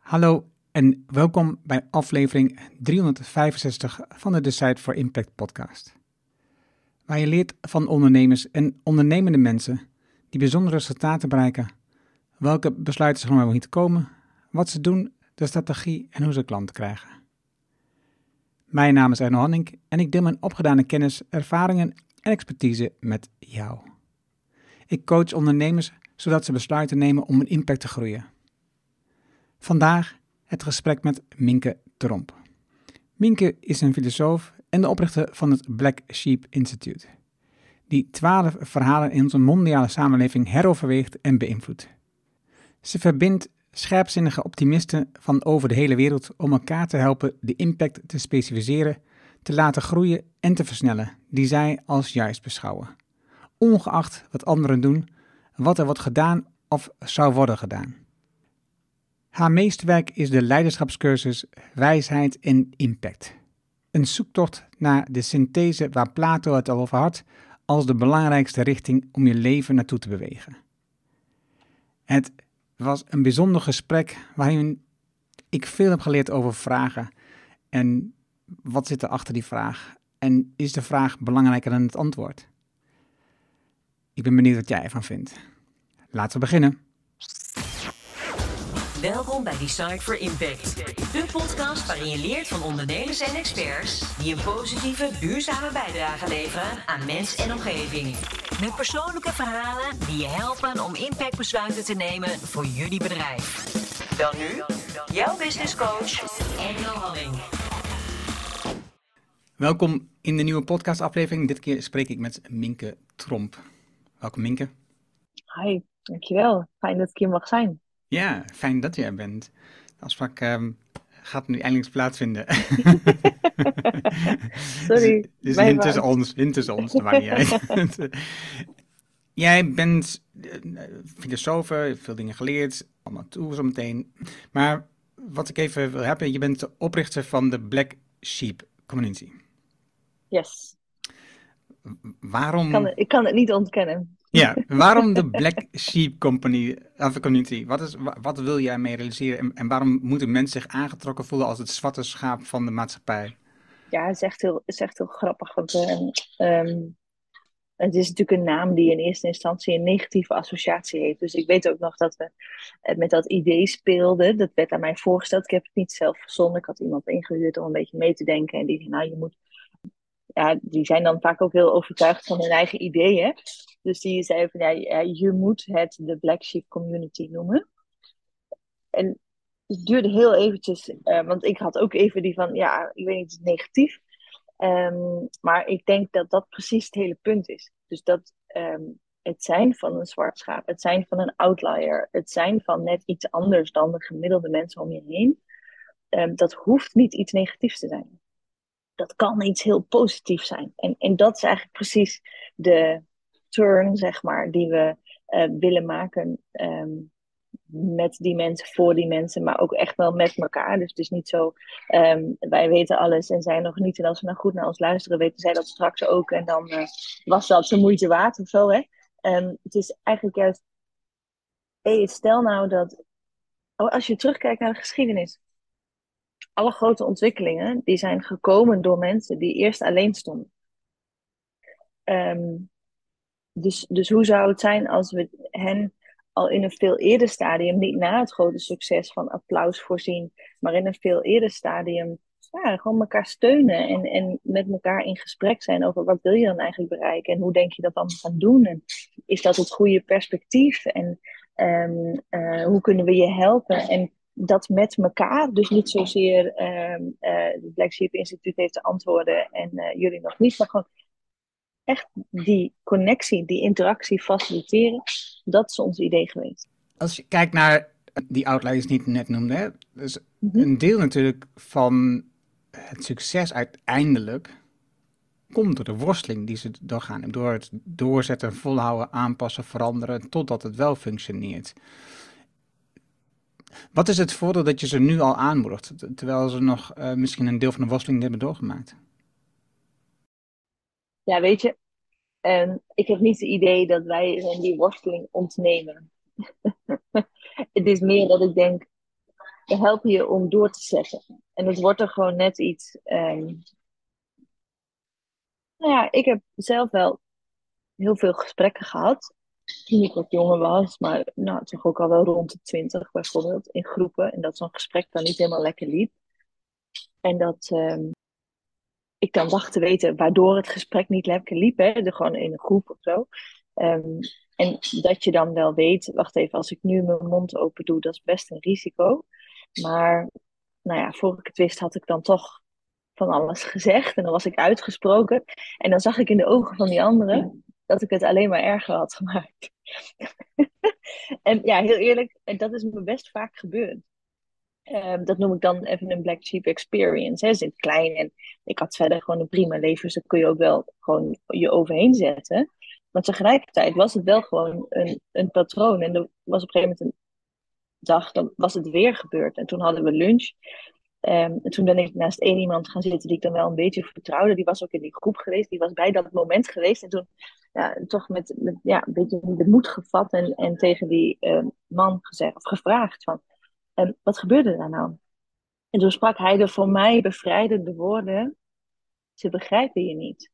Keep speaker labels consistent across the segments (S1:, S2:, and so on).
S1: Hallo en welkom bij aflevering 365 van de Decide for Impact podcast. Waar je leert van ondernemers en ondernemende mensen die bijzondere resultaten bereiken, welke besluiten ze om niet komen, wat ze doen, de strategie en hoe ze klanten krijgen. Mijn naam is Erno Hanning en ik deel mijn opgedane kennis, ervaringen en expertise met jou. Ik coach ondernemers zodat ze besluiten nemen om een impact te groeien. Vandaag het gesprek met Minke Tromp. Minke is een filosoof en de oprichter van het Black Sheep Institute, die 12 verhalen in onze mondiale samenleving heroverweegt en beïnvloedt. Ze verbindt scherpzinnige optimisten van over de hele wereld om elkaar te helpen de impact te specificeren, te laten groeien en te versnellen die zij als juist beschouwen, ongeacht wat anderen doen, wat er wordt gedaan of zou worden gedaan. Haar meesterwerk is de leiderschapscursus Wijsheid en Impact. Een zoektocht naar de synthese waar Plato het al over had als de belangrijkste richting om je leven naartoe te bewegen. Het was een bijzonder gesprek waarin ik veel heb geleerd over vragen en wat zit er achter die vraag en is de vraag belangrijker dan het antwoord. Ik ben benieuwd wat jij ervan vindt. Laten we beginnen.
S2: Welkom bij Decide for Impact, de podcast waarin je leert van ondernemers en experts die een positieve, duurzame bijdrage leveren aan mens en omgeving. Met persoonlijke verhalen die je helpen om impactbesluiten te nemen voor jullie bedrijf. Dan nu, jouw business coach, Erno Hanning.
S1: Welkom in de nieuwe podcastaflevering. Dit keer spreek ik met Minke Tromp. Welkom Minke.
S3: Hi, dankjewel. Fijn dat ik hier mag zijn.
S1: Ja, fijn dat je er bent. De afspraak gaat nu eindelijk plaatsvinden.
S3: Sorry.
S1: Dus in tussen ons, dat maakt niet uit. Jij bent filosoof, veel dingen geleerd, allemaal toe zo meteen. Maar wat ik even wil hebben, je bent de oprichter van de Black Sheep Community.
S3: Yes.
S1: Waarom...
S3: Ik kan het niet ontkennen.
S1: Ja, waarom de Black Sheep Community? Wat wil jij mee realiseren en waarom moeten mensen zich aangetrokken voelen als het zwarte schaap van de maatschappij?
S3: Ja, het is echt heel grappig. Want het is natuurlijk een naam die in eerste instantie een negatieve associatie heeft. Dus ik weet ook nog dat we met dat idee speelden. Dat werd aan mij voorgesteld. Ik heb het niet zelf verzonnen. Ik had iemand ingehuurd om een beetje mee te denken. En die zei, nou, je moet... Ja, die zijn dan vaak ook heel overtuigd van hun eigen ideeën. Dus die zei van, ja, je moet het de Black Sheep Community noemen. En het duurde heel eventjes, want ik had ook even die van, ja, ik weet niet, het is negatief. Maar ik denk dat dat precies het hele punt is. Dus dat het zijn van een zwart schaap, het zijn van een outlier, het zijn van net iets anders dan de gemiddelde mensen om je heen, dat hoeft niet iets negatiefs te zijn. Dat kan iets heel positiefs zijn. En dat is eigenlijk precies de turn, zeg maar, die we willen maken met die mensen, voor die mensen, maar ook echt wel met elkaar. Dus het is niet zo, wij weten alles en zij nog niet. En als we nou goed naar ons luisteren, weten zij dat straks ook. En dan was dat de moeite waard of zo, hè. Het is eigenlijk juist, stel nou dat, als je terugkijkt naar de geschiedenis, alle grote ontwikkelingen, die zijn gekomen door mensen die eerst alleen stonden. Dus hoe zou het zijn als we hen al in een veel eerder stadium, niet na het grote succes van applaus voorzien, maar in een veel eerder stadium, ja, gewoon elkaar steunen en met elkaar in gesprek zijn over wat wil je dan eigenlijk bereiken en hoe denk je dat dan gaan doen en is dat het goede perspectief en hoe kunnen we je helpen en dat met elkaar, dus niet zozeer het Black Sheep Instituut heeft de antwoorden en jullie nog niet, maar gewoon echt die connectie, die interactie faciliteren, dat is ons idee geweest.
S1: Als je kijkt naar die outliers die ik net noemde, hè, dus een deel natuurlijk van het succes uiteindelijk komt door de worsteling die ze doorgaan. Door het doorzetten, volhouden, aanpassen, veranderen, totdat het wel functioneert. Wat is het voordeel dat je ze nu al aanmoedigt, terwijl ze nog misschien een deel van de worsteling hebben doorgemaakt?
S3: Ja, weet je, ik heb niet het idee dat wij hen die worsteling ontnemen. Het is meer dat ik denk, helpen je om door te zetten. En het wordt er gewoon net iets. Nou ja, ik heb zelf wel heel veel gesprekken gehad. Toen ik wat jonger was, maar nou, toch ook al wel rond de 20 bijvoorbeeld, in groepen. En dat zo'n gesprek dan niet helemaal lekker liep. En dat ik dan dacht te weten waardoor het gesprek niet lekker liep. Hè? Gewoon in een groep of zo. Ehm, en dat je dan wel weet, wacht even, als ik nu mijn mond open doe, dat is best een risico. Maar nou ja, voor ik het wist had ik dan toch van alles gezegd. En dan was ik uitgesproken. En dan zag ik in de ogen van die anderen dat ik het alleen maar erger had gemaakt. En ja, heel eerlijk, dat is me best vaak gebeurd. Dat noem ik dan even een black sheep experience. Hè. Ze is klein en ik had verder gewoon een prima leven. Dus daar kun je ook wel gewoon je overheen zetten. Maar tegelijkertijd was het wel gewoon een patroon. En er was op een gegeven moment een dag, dan was het weer gebeurd. En toen hadden we lunch. En toen ben ik naast één iemand gaan zitten die ik dan wel een beetje vertrouwde. Die was ook in die groep geweest. Die was bij dat moment geweest. En toen ja, toch met ja, een beetje de moed gevat. En tegen die man gezegd, of gevraagd van, wat gebeurde daar nou? En toen sprak hij de voor mij bevrijdende woorden. Ze begrijpen je niet.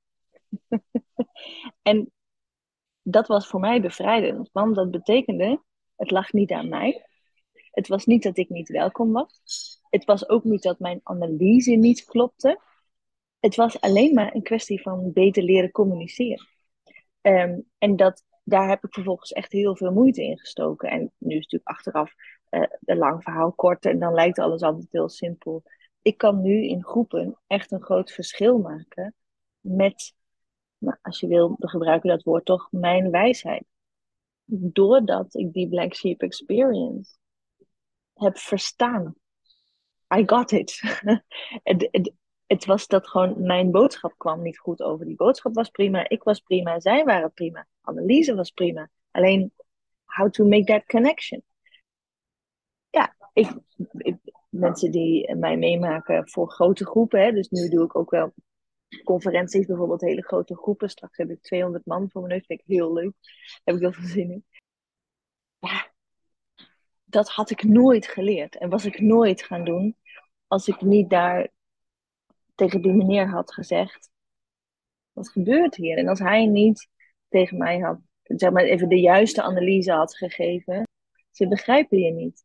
S3: En dat was voor mij bevrijdend. Want dat betekende, het lag niet aan mij. Het was niet dat ik niet welkom was. Het was ook niet dat mijn analyse niet klopte. Het was alleen maar een kwestie van beter leren communiceren. En daar heb ik vervolgens echt heel veel moeite in gestoken. En nu is het natuurlijk achteraf een lang verhaal kort en dan lijkt alles altijd heel simpel. Ik kan nu in groepen echt een groot verschil maken met, nou, als je wil, we gebruiken dat woord toch, mijn wijsheid. Doordat ik die Black Sheep Experience heb verstaan. I got it. Het was dat gewoon mijn boodschap kwam niet goed over. Die boodschap was prima, ik was prima, zij waren prima. Analyse was prima. Alleen, how to make that connection. Ja, mensen die mij meemaken voor grote groepen. Hè, dus nu doe ik ook wel conferenties, bijvoorbeeld hele grote groepen. Straks heb ik 200 man voor mijn neus. Vind ik heel leuk. Daar heb ik heel veel zin in. Ja, dat had ik nooit geleerd. En was ik nooit gaan doen als ik niet daar tegen die meneer had gezegd, wat gebeurt hier? En als hij niet tegen mij had, zeg maar even de juiste analyse had gegeven, ze begrijpen je niet.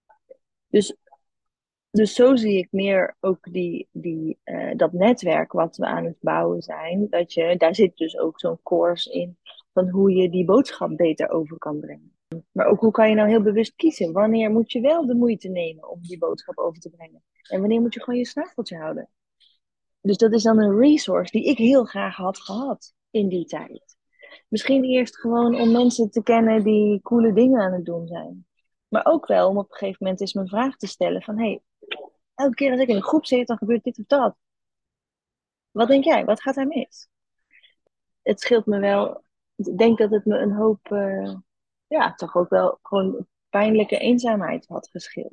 S3: Dus zo zie ik meer ook dat netwerk wat we aan het bouwen zijn. Daar zit dus ook zo'n course in van hoe je die boodschap beter over kan brengen. Maar ook hoe kan je nou heel bewust kiezen? Wanneer moet je wel de moeite nemen om die boodschap over te brengen? En wanneer moet je gewoon je snaveltje houden? Dus dat is dan een resource die ik heel graag had gehad in die tijd. Misschien eerst gewoon om mensen te kennen die coole dingen aan het doen zijn. Maar ook wel om op een gegeven moment eens mijn vraag te stellen van, hey, elke keer als ik in een groep zit, dan gebeurt dit of dat. Wat denk jij? Wat gaat er mis? Het scheelt me wel. Ik denk dat het me een hoop, ja, toch ook wel gewoon pijnlijke eenzaamheid had gescheeld.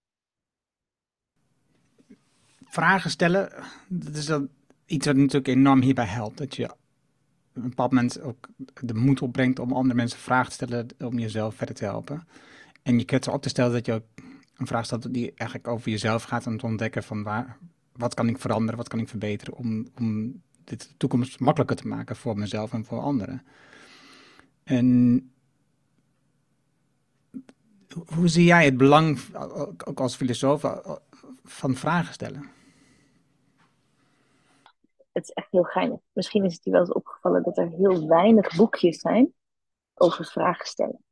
S1: Vragen stellen, dat is dan iets wat natuurlijk enorm hierbij helpt. Dat je op een bepaald moment ook de moed opbrengt om andere mensen vragen te stellen om jezelf verder te helpen. En je kwetsbaar op te stellen dat je ook een vraag stelt die eigenlijk over jezelf gaat en te ontdekken van wat kan ik veranderen, wat kan ik verbeteren om dit de toekomst makkelijker te maken voor mezelf en voor anderen. En hoe zie jij het belang, ook als filosoof, van vragen stellen?
S3: Het is echt heel geinig. Misschien is het je wel eens opgevallen dat er heel weinig boekjes zijn over vragen stellen.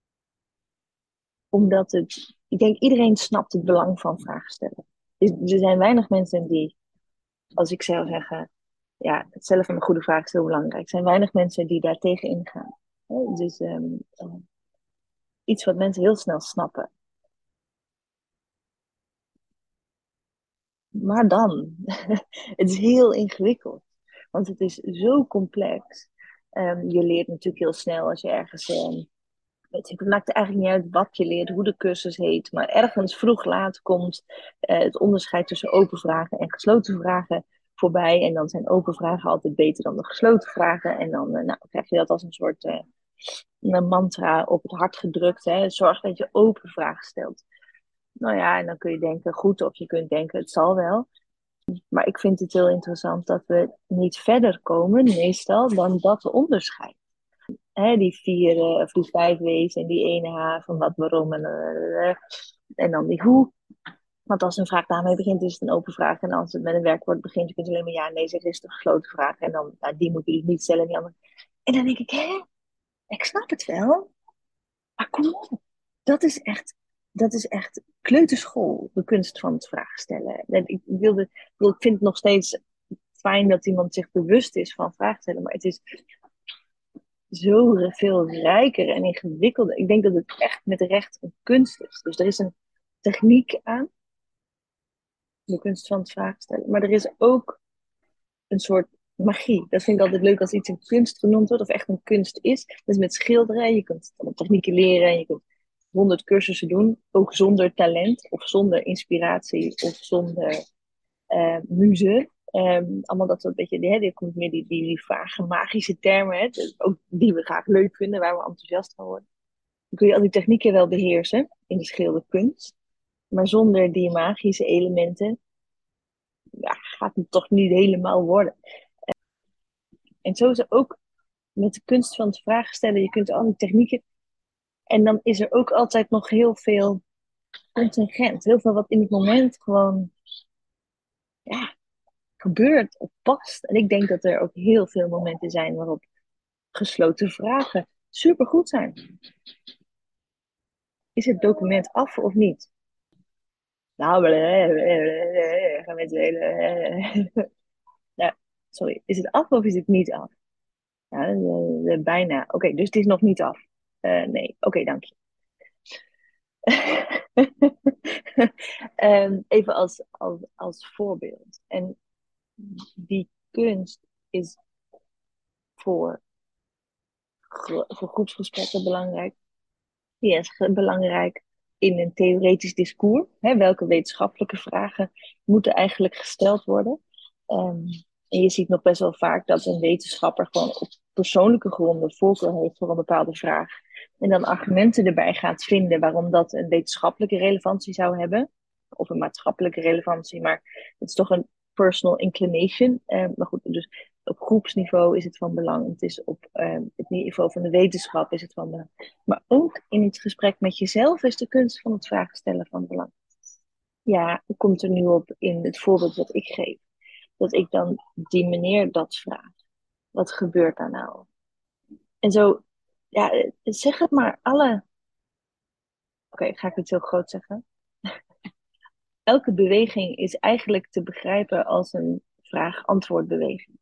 S3: Omdat ik denk iedereen snapt het belang van vragen stellen. Er zijn weinig mensen die, als ik zou zeggen, ja, het stellen van een goede vraag is heel belangrijk. Er zijn weinig mensen die daar tegen ingaan. Dus iets wat mensen heel snel snappen. Maar dan, het is heel ingewikkeld. Want het is zo complex. Je leert natuurlijk heel snel als je ergens het maakt eigenlijk niet uit wat je leert, hoe de cursus heet. Maar ergens vroeg laat komt het onderscheid tussen open vragen en gesloten vragen voorbij. En dan zijn open vragen altijd beter dan de gesloten vragen. En dan krijg je dat als een soort een mantra op het hart gedrukt. Hè. Zorg dat je open vragen stelt. Nou ja, en dan kun je denken goed of je kunt denken het zal wel. Maar ik vind het heel interessant dat we niet verder komen, meestal, dan dat onderscheid. Hè, die vier of die vijf W's en die ene H van wat, waarom en dan die hoe. Want als een vraag daarmee begint, is het een open vraag. En als het met een werkwoord begint, kun je alleen maar ja, nee zeggen, is het een gesloten vraag. En dan, nou, die moet je dus niet stellen, die andere. En dan denk ik, hè, ik snap het wel. Maar kom op, dat is echt kleuterschool, de kunst van het vragen stellen. En ik vind het nog steeds fijn dat iemand zich bewust is van vragen stellen, maar het is zo veel rijker en ingewikkelder. Ik denk dat het echt met recht een kunst is. Dus er is een techniek aan, de kunst van het vragen stellen, maar er is ook een soort magie. Dat vind ik altijd leuk als iets een kunst genoemd wordt, of echt een kunst is. Dus met schilderen, je kunt technieken leren en je kunt 100 cursussen doen, ook zonder talent, of zonder inspiratie, of zonder muze. Allemaal dat soort beetje, die komt meer die vage magische termen, hè, dus ook die we graag leuk vinden, waar we enthousiast van worden. Dan kun je al die technieken wel beheersen in de schilderkunst. Maar zonder die magische elementen ja, gaat het toch niet helemaal worden. En zo is het ook met de kunst van het vragen stellen. Je kunt al die technieken. En dan is er ook altijd nog heel veel contingent. Heel veel wat in het moment gewoon ja, gebeurt of past. En ik denk dat er ook heel veel momenten zijn waarop gesloten vragen supergoed zijn. Is het document af of niet? Nou, gaan we het hele. Ja, sorry. Is het af of is het niet af? Ja, bijna. Oké, dus het is nog niet af. Nee, oké, dank je. Even als voorbeeld. En die kunst is voor, voor groepsgesprekken belangrijk. Die is belangrijk in een theoretisch discours. Hè, welke wetenschappelijke vragen moeten eigenlijk gesteld worden? En je ziet nog best wel vaak dat een wetenschapper gewoon op persoonlijke gronden voorkeur heeft voor een bepaalde vraag. En dan argumenten erbij gaat vinden waarom dat een wetenschappelijke relevantie zou hebben. Of een maatschappelijke relevantie, maar het is toch een personal inclination. Maar goed, dus op groepsniveau is het van belang. Het is op het niveau van de wetenschap is het van belang. Maar ook in het gesprek met jezelf is de kunst van het vragen stellen van belang. Ja, hoe komt er nu op in het voorbeeld wat ik geef? Dat ik dan die meneer dat vraag. Wat gebeurt daar nou? En zo, ja, zeg het maar alle. Oké, ga ik het heel groot zeggen? Elke beweging is eigenlijk te begrijpen als een vraag-antwoord-beweging.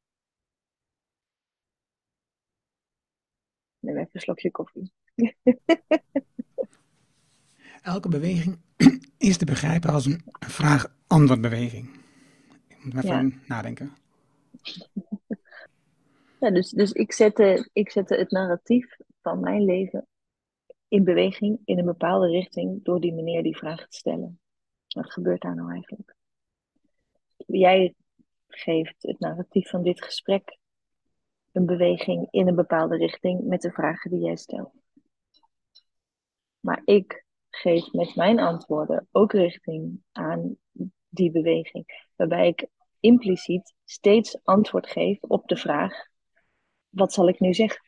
S3: Neem even een slokje koffie.
S1: Elke beweging is te begrijpen als een vraag-antwoord-beweging. Ik moet even nadenken.
S3: Ja, dus ik zette het narratief van mijn leven in beweging in een bepaalde richting door die meneer die vraag te stellen. Wat gebeurt daar nou eigenlijk? Jij geeft het narratief van dit gesprek een beweging in een bepaalde richting met de vragen die jij stelt. Maar ik geef met mijn antwoorden ook richting aan die beweging, waarbij ik impliciet steeds antwoord geef op de vraag: wat zal ik nu zeggen?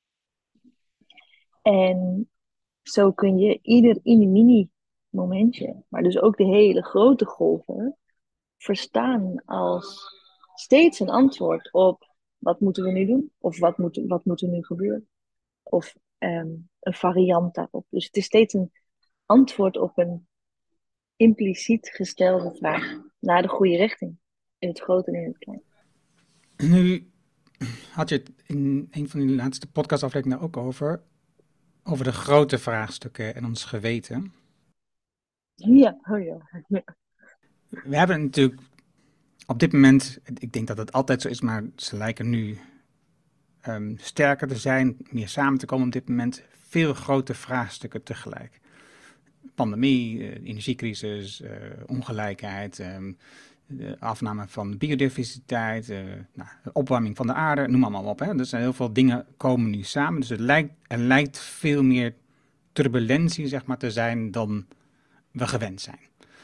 S3: En zo kun je ieder mini momentje, maar dus ook de hele grote golven, verstaan als steeds een antwoord op wat moeten we nu doen? Of wat moet er nu gebeuren? Of een variant daarop. Dus het is steeds een antwoord op een impliciet gestelde vraag naar de goede richting. In het grote en in het klein.
S1: Nu had je het in een van die laatste podcastafleveringen ook over de grote vraagstukken en ons geweten.
S3: Ja, oh ja.
S1: We hebben natuurlijk op dit moment, ik denk dat het altijd zo is, maar ze lijken nu sterker te zijn, meer samen te komen op dit moment. Veel grote vraagstukken tegelijk. Pandemie, energiecrisis, ongelijkheid, de afname van de biodiversiteit, de opwarming van de aarde, noem allemaal op. Hè. Dus heel veel dingen komen nu samen. Dus er lijkt veel meer turbulentie zeg maar, te zijn dan we gewend zijn.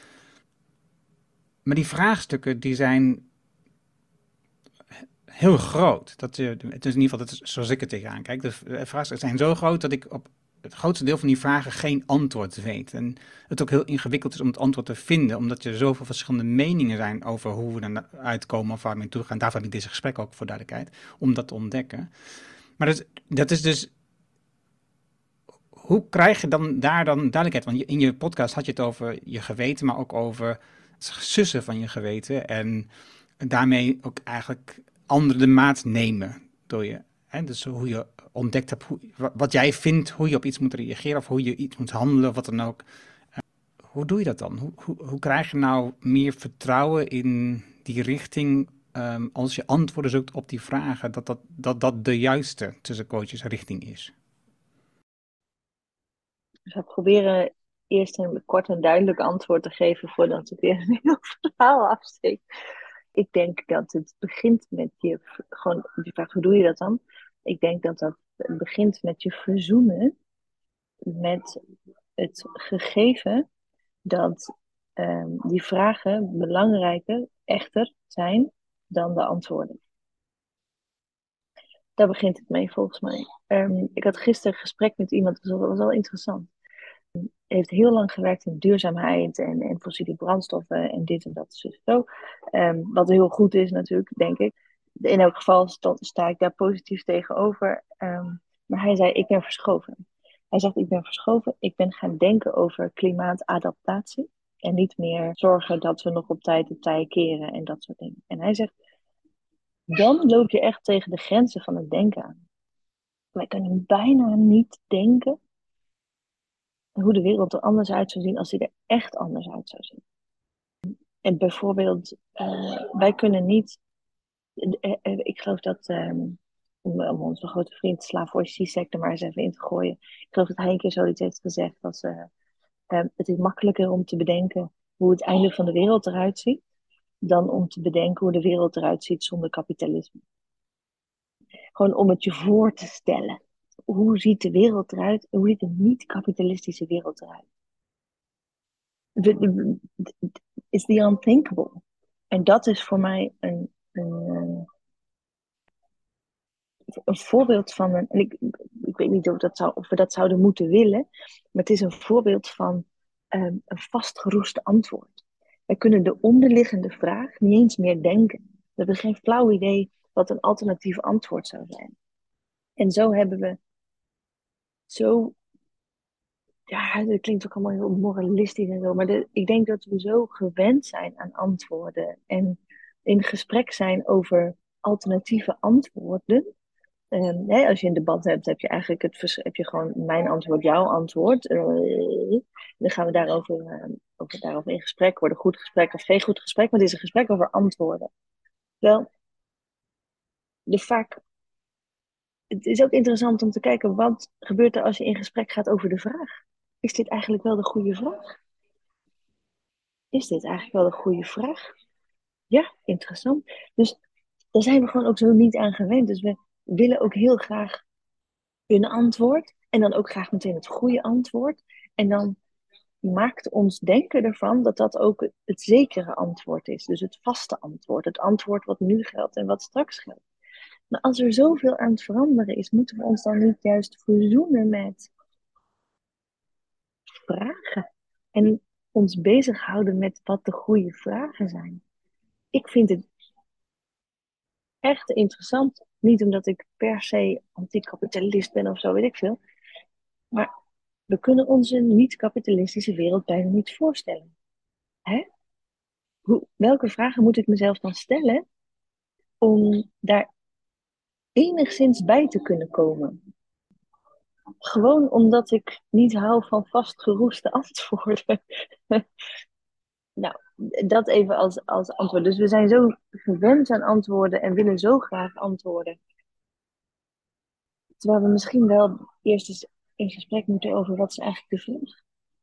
S1: Maar die vraagstukken die zijn heel groot. Het is in ieder geval zoals ik er tegenaan kijk. De vraagstukken zijn zo groot dat ik op het grootste deel van die vragen geen antwoord weet. En het ook heel ingewikkeld is om het antwoord te vinden, omdat er zoveel verschillende meningen zijn over hoe we dan uitkomen of waar we naartoe gaan. Daarvoor heb ik deze gesprek ook voor duidelijkheid, om dat te ontdekken. Maar dat is dus, hoe krijg je dan daar dan duidelijkheid? Want in je podcast had je het over je geweten, maar ook over het sussen van je geweten. En daarmee ook eigenlijk anderen de maat nemen door je. Hè? Dus hoe je ontdekt hebt, wat jij vindt, hoe je op iets moet reageren of hoe je iets moet handelen of wat dan ook. Hoe doe je dat dan? Hoe krijg je nou meer vertrouwen in die richting als je antwoorden zoekt op die vragen, dat de juiste tussen coaches richting is?
S3: Ik ga proberen eerst een kort en duidelijk antwoord te geven voordat ik weer een heel verhaal afsteek. Ik denk dat het begint met gewoon die vraag, hoe doe je dat dan? Ik denk dat dat begint met je verzoenen met het gegeven dat die vragen belangrijker, echter zijn dan de antwoorden. Daar begint het mee volgens mij. Ik had gisteren een gesprek met iemand, dat was wel interessant. Hij heeft heel lang gewerkt in duurzaamheid en fossiele brandstoffen en dit en dat en zo. Wat heel goed is natuurlijk, denk ik. In elk geval sta ik daar positief tegenover. Maar hij zei, ik ben verschoven. Hij zegt, ik ben verschoven. Ik ben gaan denken over klimaatadaptatie. En niet meer zorgen dat we nog op tijd de tij keren en dat soort dingen. En hij zegt, dan loop je echt tegen de grenzen van het denken aan. Wij kunnen bijna niet denken hoe de wereld er anders uit zou zien als die er echt anders uit zou zien. En bijvoorbeeld, wij kunnen niet, ik geloof dat, om onze grote vriend Slavoj Zizek er maar eens even in te gooien, ik geloof dat hij een keer zoiets heeft gezegd als, het is makkelijker om te bedenken hoe het einde van de wereld eruit ziet, dan om te bedenken hoe de wereld eruit ziet zonder kapitalisme. Gewoon om het je voor te stellen. Hoe ziet de wereld eruit? Hoe ziet een niet-kapitalistische wereld eruit? Is the unthinkable. En dat is voor mij een voorbeeld van en ik weet niet of we dat zouden moeten willen, maar het is een voorbeeld van een vastgeroeste antwoord. Wij kunnen de onderliggende vraag niet eens meer denken. We hebben geen flauw idee wat een alternatief antwoord zou zijn. En zo hebben we ja, dat klinkt ook allemaal heel moralistisch en zo, maar ik denk dat we zo gewend zijn aan antwoorden en in gesprek zijn over alternatieve antwoorden. Als je een debat hebt, heb je eigenlijk heb je gewoon mijn antwoord, jouw antwoord. Dan gaan we daarover in gesprek, worden goed gesprek of geen goed gesprek, maar het is een gesprek over antwoorden. Wel, het is ook interessant om te kijken, wat gebeurt er als je in gesprek gaat over de vraag? Is dit eigenlijk wel de goede vraag? Is dit eigenlijk wel de goede vraag? Ja, interessant. Dus daar zijn we gewoon ook zo niet aan gewend. Dus we willen ook heel graag een antwoord. En dan ook graag meteen het goede antwoord. En dan maakt ons denken ervan dat dat ook het zekere antwoord is. Dus het vaste antwoord. Het antwoord wat nu geldt en wat straks geldt. Maar als er zoveel aan het veranderen is, moeten we ons dan niet juist verzoenen met vragen? En ons bezighouden met wat de goede vragen zijn. Ik vind het echt interessant. Niet omdat ik per se anti-kapitalist ben of zo, weet ik veel. Maar we kunnen onze niet-kapitalistische wereld bijna niet voorstellen. Hè? Welke vragen moet ik mezelf dan stellen om daar enigszins bij te kunnen komen? Gewoon omdat ik niet hou van vastgeroeste antwoorden. Nou, dat even als antwoord. Dus we zijn zo gewend aan antwoorden en willen zo graag antwoorden. Terwijl we misschien wel eerst eens in gesprek moeten over wat is eigenlijk de vraag.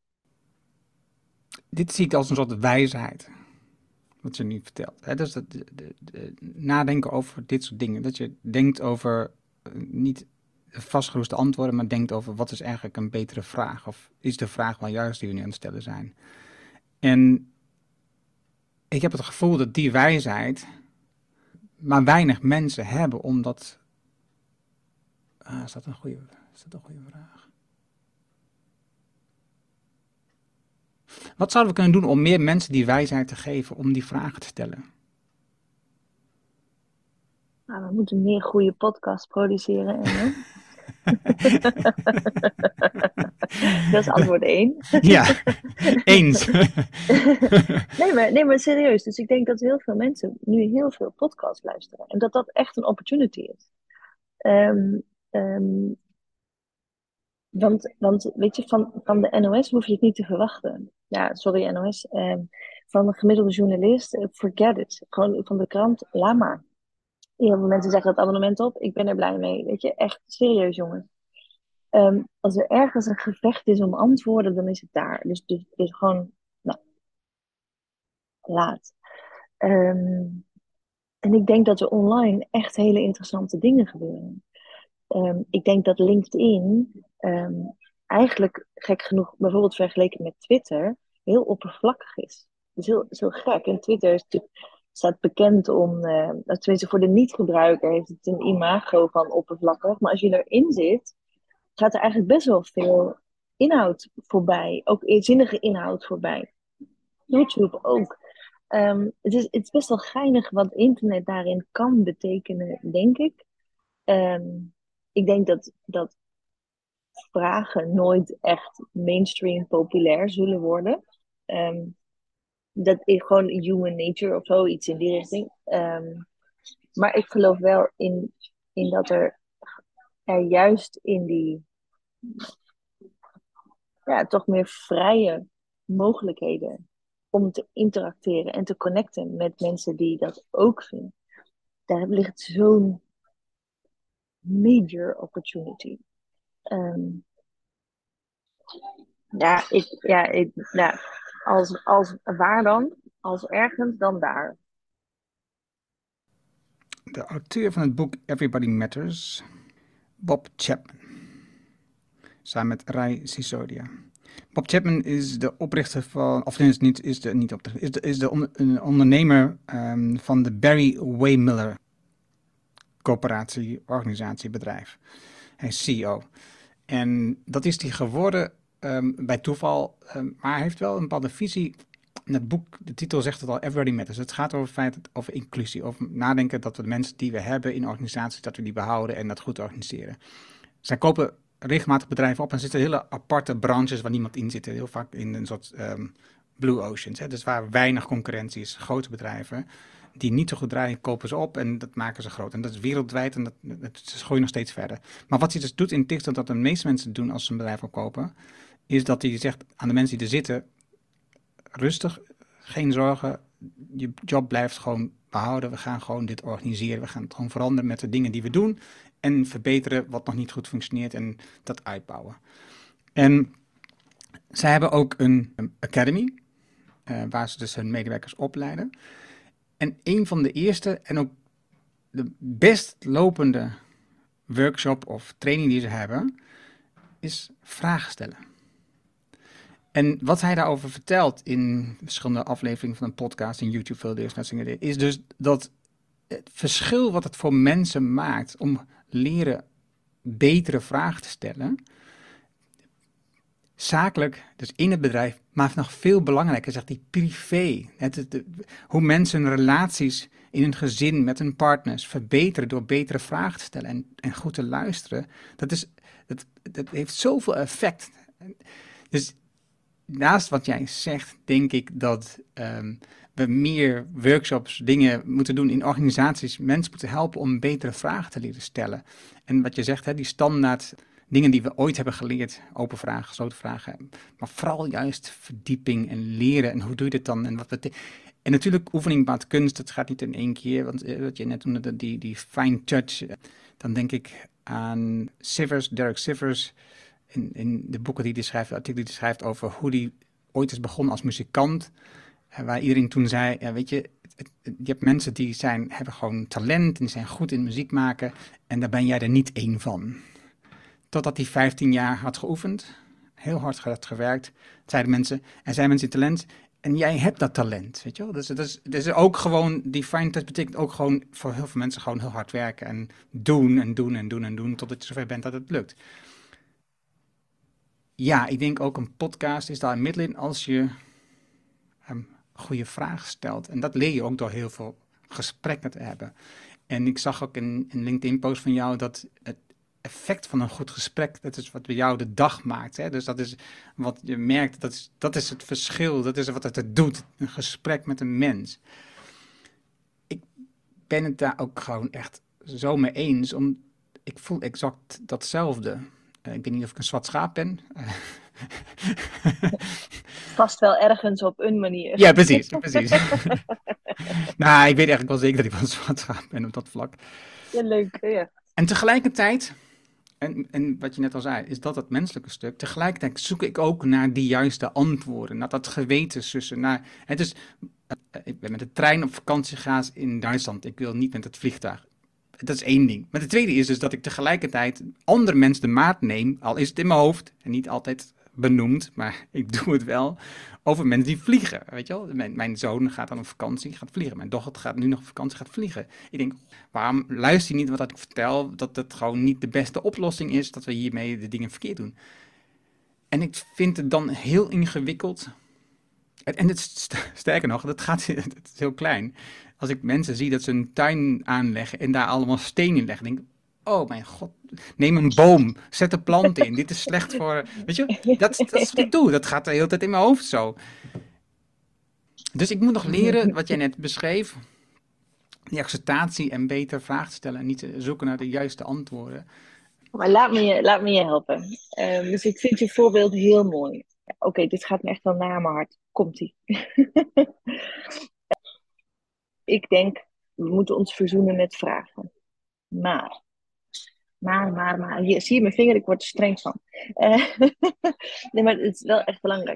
S1: Dit zie ik als een soort wijsheid, wat je nu vertelt. Hè? Dus nadenken over dit soort dingen. Dat je denkt over niet vastgeroeste antwoorden, maar denkt over wat is eigenlijk een betere vraag. Of is de vraag wel juist die we nu aan het stellen zijn. En ik heb het gevoel dat die wijsheid maar weinig mensen hebben, omdat... is dat een goede vraag? Wat zouden we kunnen doen om meer mensen die wijsheid te geven om die vragen te stellen?
S3: Nou, we moeten meer goede podcasts produceren. Dat is antwoord 1.
S1: Ja, eens.
S3: Nee, maar serieus. Dus ik denk dat heel veel mensen nu heel veel podcasts luisteren. En dat echt een opportunity is. Ehm, ehm, want weet je, van de NOS hoef je het niet te verwachten. Ja, sorry NOS. Van de gemiddelde journalist, forget it. Gewoon van de krant, laat maar. Heel veel mensen zeggen het abonnement op. Ik ben er blij mee. Weet je, echt serieus jongens. Als er ergens een gevecht is om antwoorden, dan is het daar. Dus gewoon, nou, laat. Ehm, en ik denk dat er online echt hele interessante dingen gebeuren. Ik denk dat LinkedIn eigenlijk, gek genoeg, bijvoorbeeld vergeleken met Twitter, heel oppervlakkig is. Dat is heel gek. En Twitter staat bekend om, tenminste voor de niet-gebruiker heeft het een imago van oppervlakkig. Maar als je erin zit, gaat er eigenlijk best wel veel inhoud voorbij. Ook zinnige inhoud voorbij. YouTube ook. Het is best wel geinig wat internet daarin kan betekenen, denk ik. Ik denk dat vragen nooit echt mainstream populair zullen worden. Dat is gewoon human nature of zoiets in die richting. Maar ik geloof wel in dat er juist in die toch meer vrije mogelijkheden om te interacteren en te connecten met mensen die dat ook vinden. Daar ligt zo'n major opportunity. Als waar dan? Als ergens, dan daar.
S1: De auteur van het boek Everybody Matters, Bob Chapman, samen met Ray Sisodia. Bob Chapman is de oprichter van, of is de ondernemer van de Barry Wehmiller coöperatie, organisatie, bedrijf. Hij is CEO. En dat is hij geworden bij toeval, maar hij heeft wel een bepaalde visie. In het boek, de titel zegt het al, Everybody Matters. Het gaat over het feit, over inclusie, over nadenken dat we de mensen die we hebben in organisaties, dat we die behouden en dat goed organiseren. Zij kopen regelmatig bedrijven op en zitten hele aparte branches waar niemand in zit. Heel vaak in een soort blue oceans. Hè? Dus waar weinig concurrentie is. Grote bedrijven die niet zo goed draaien, kopen ze op en dat maken ze groot. En dat is wereldwijd en ze groeien nog steeds verder. Maar wat hij dus doet in TikTok, dat de meeste mensen doen als ze een bedrijf opkopen, is dat hij zegt aan de mensen die er zitten, rustig, geen zorgen, je job blijft gewoon behouden. We gaan gewoon dit organiseren. We gaan het gewoon veranderen met de dingen die we doen en verbeteren wat nog niet goed functioneert en dat uitbouwen. En zij hebben ook een academy, waar ze dus hun medewerkers opleiden. En een van de eerste en ook de best lopende workshop of training die ze hebben, is vragen stellen. En wat hij daarover vertelt in verschillende afleveringen van een podcast, in YouTube-video's, is dus dat het verschil wat het voor mensen maakt om leren betere vragen te stellen, zakelijk, dus in het bedrijf, maar nog veel belangrijker, zegt hij, privé. Hoe mensen hun relaties in hun gezin, met hun partners, verbeteren door betere vragen te stellen en goed te luisteren. Dat heeft zoveel effect. Dus naast wat jij zegt, denk ik dat we meer workshops, dingen moeten doen in organisaties, mensen moeten helpen om betere vragen te leren stellen. En wat je zegt, die standaard dingen die we ooit hebben geleerd, open vragen, gesloten vragen, maar vooral juist verdieping en leren en hoe doe je dit dan en en natuurlijk oefening baat kunst, dat gaat niet in één keer, want wat je net noemde, die fine touch, dan denk ik aan Derek Sivers, in de boeken die hij schrijft, de artikelen die hij schrijft over hoe hij ooit is begonnen als muzikant, waar iedereen toen zei, ja, weet je, je hebt mensen die hebben gewoon talent en die zijn goed in muziek maken en daar ben jij er niet één van. Totdat hij 15 jaar had geoefend, heel hard had gewerkt, zeiden mensen, er zijn mensen in talent en jij hebt dat talent, weet je wel. Dus ook gewoon, die fine test betekent ook gewoon voor heel veel mensen gewoon heel hard werken en doen en doen en doen en doen totdat je zover bent dat het lukt. Ja, ik denk ook een podcast is daar een middel in als je goede vragen stelt. En dat leer je ook door heel veel gesprekken te hebben. En ik zag ook in een LinkedIn-post van jou dat het effect van een goed gesprek, dat is wat bij jou de dag maakt. Hè? Dus dat is wat je merkt, dat is het verschil, dat is wat het doet, een gesprek met een mens. Ik ben het daar ook gewoon echt zo mee eens, ik voel exact datzelfde. Ik weet niet of ik een zwart schaap ben.
S3: Vast wel ergens op een manier.
S1: Ja, precies. Nou, ik weet eigenlijk wel zeker dat ik wel een zwart schaap ben op dat vlak.
S3: Ja, leuk. Ja.
S1: En tegelijkertijd, en wat je net al zei, is dat het menselijke stuk. Tegelijkertijd zoek ik ook naar die juiste antwoorden, naar dat gewetenszussen. Ik ben met de trein op vakantie gegaan in Duitsland. Ik wil niet met het vliegtuig. Dat is één ding. Maar de tweede is dus dat ik tegelijkertijd andere mensen de maat neem, al is het in mijn hoofd en niet altijd benoemd, maar ik doe het wel, over mensen die vliegen. Weet je wel? Mijn zoon gaat dan op vakantie, gaat vliegen. Mijn dochter gaat nu nog op vakantie, gaat vliegen. Ik denk, waarom luister je niet wat ik vertel, dat het gewoon niet de beste oplossing is, dat we hiermee de dingen verkeerd doen. En ik vind het dan heel ingewikkeld. En sterker nog, het is heel klein. Als ik mensen zie dat ze een tuin aanleggen en daar allemaal stenen in leggen, denk ik, oh mijn god, neem een boom, zet een plant in. Dit is slecht voor, weet je, dat is wat ik doe. Dat gaat de hele tijd in mijn hoofd zo. Dus ik moet nog leren, wat jij net beschreef, die acceptatie en beter vragen stellen en niet zoeken naar de juiste antwoorden.
S3: Maar laat me je helpen. Dus ik vind je voorbeeld heel mooi. Oké, dit gaat me echt wel naar mijn hart. Komt-ie. Ik denk, we moeten ons verzoenen met vragen. Maar. Hier, zie je mijn vinger? Ik word er streng van. Nee, maar het is wel echt belangrijk.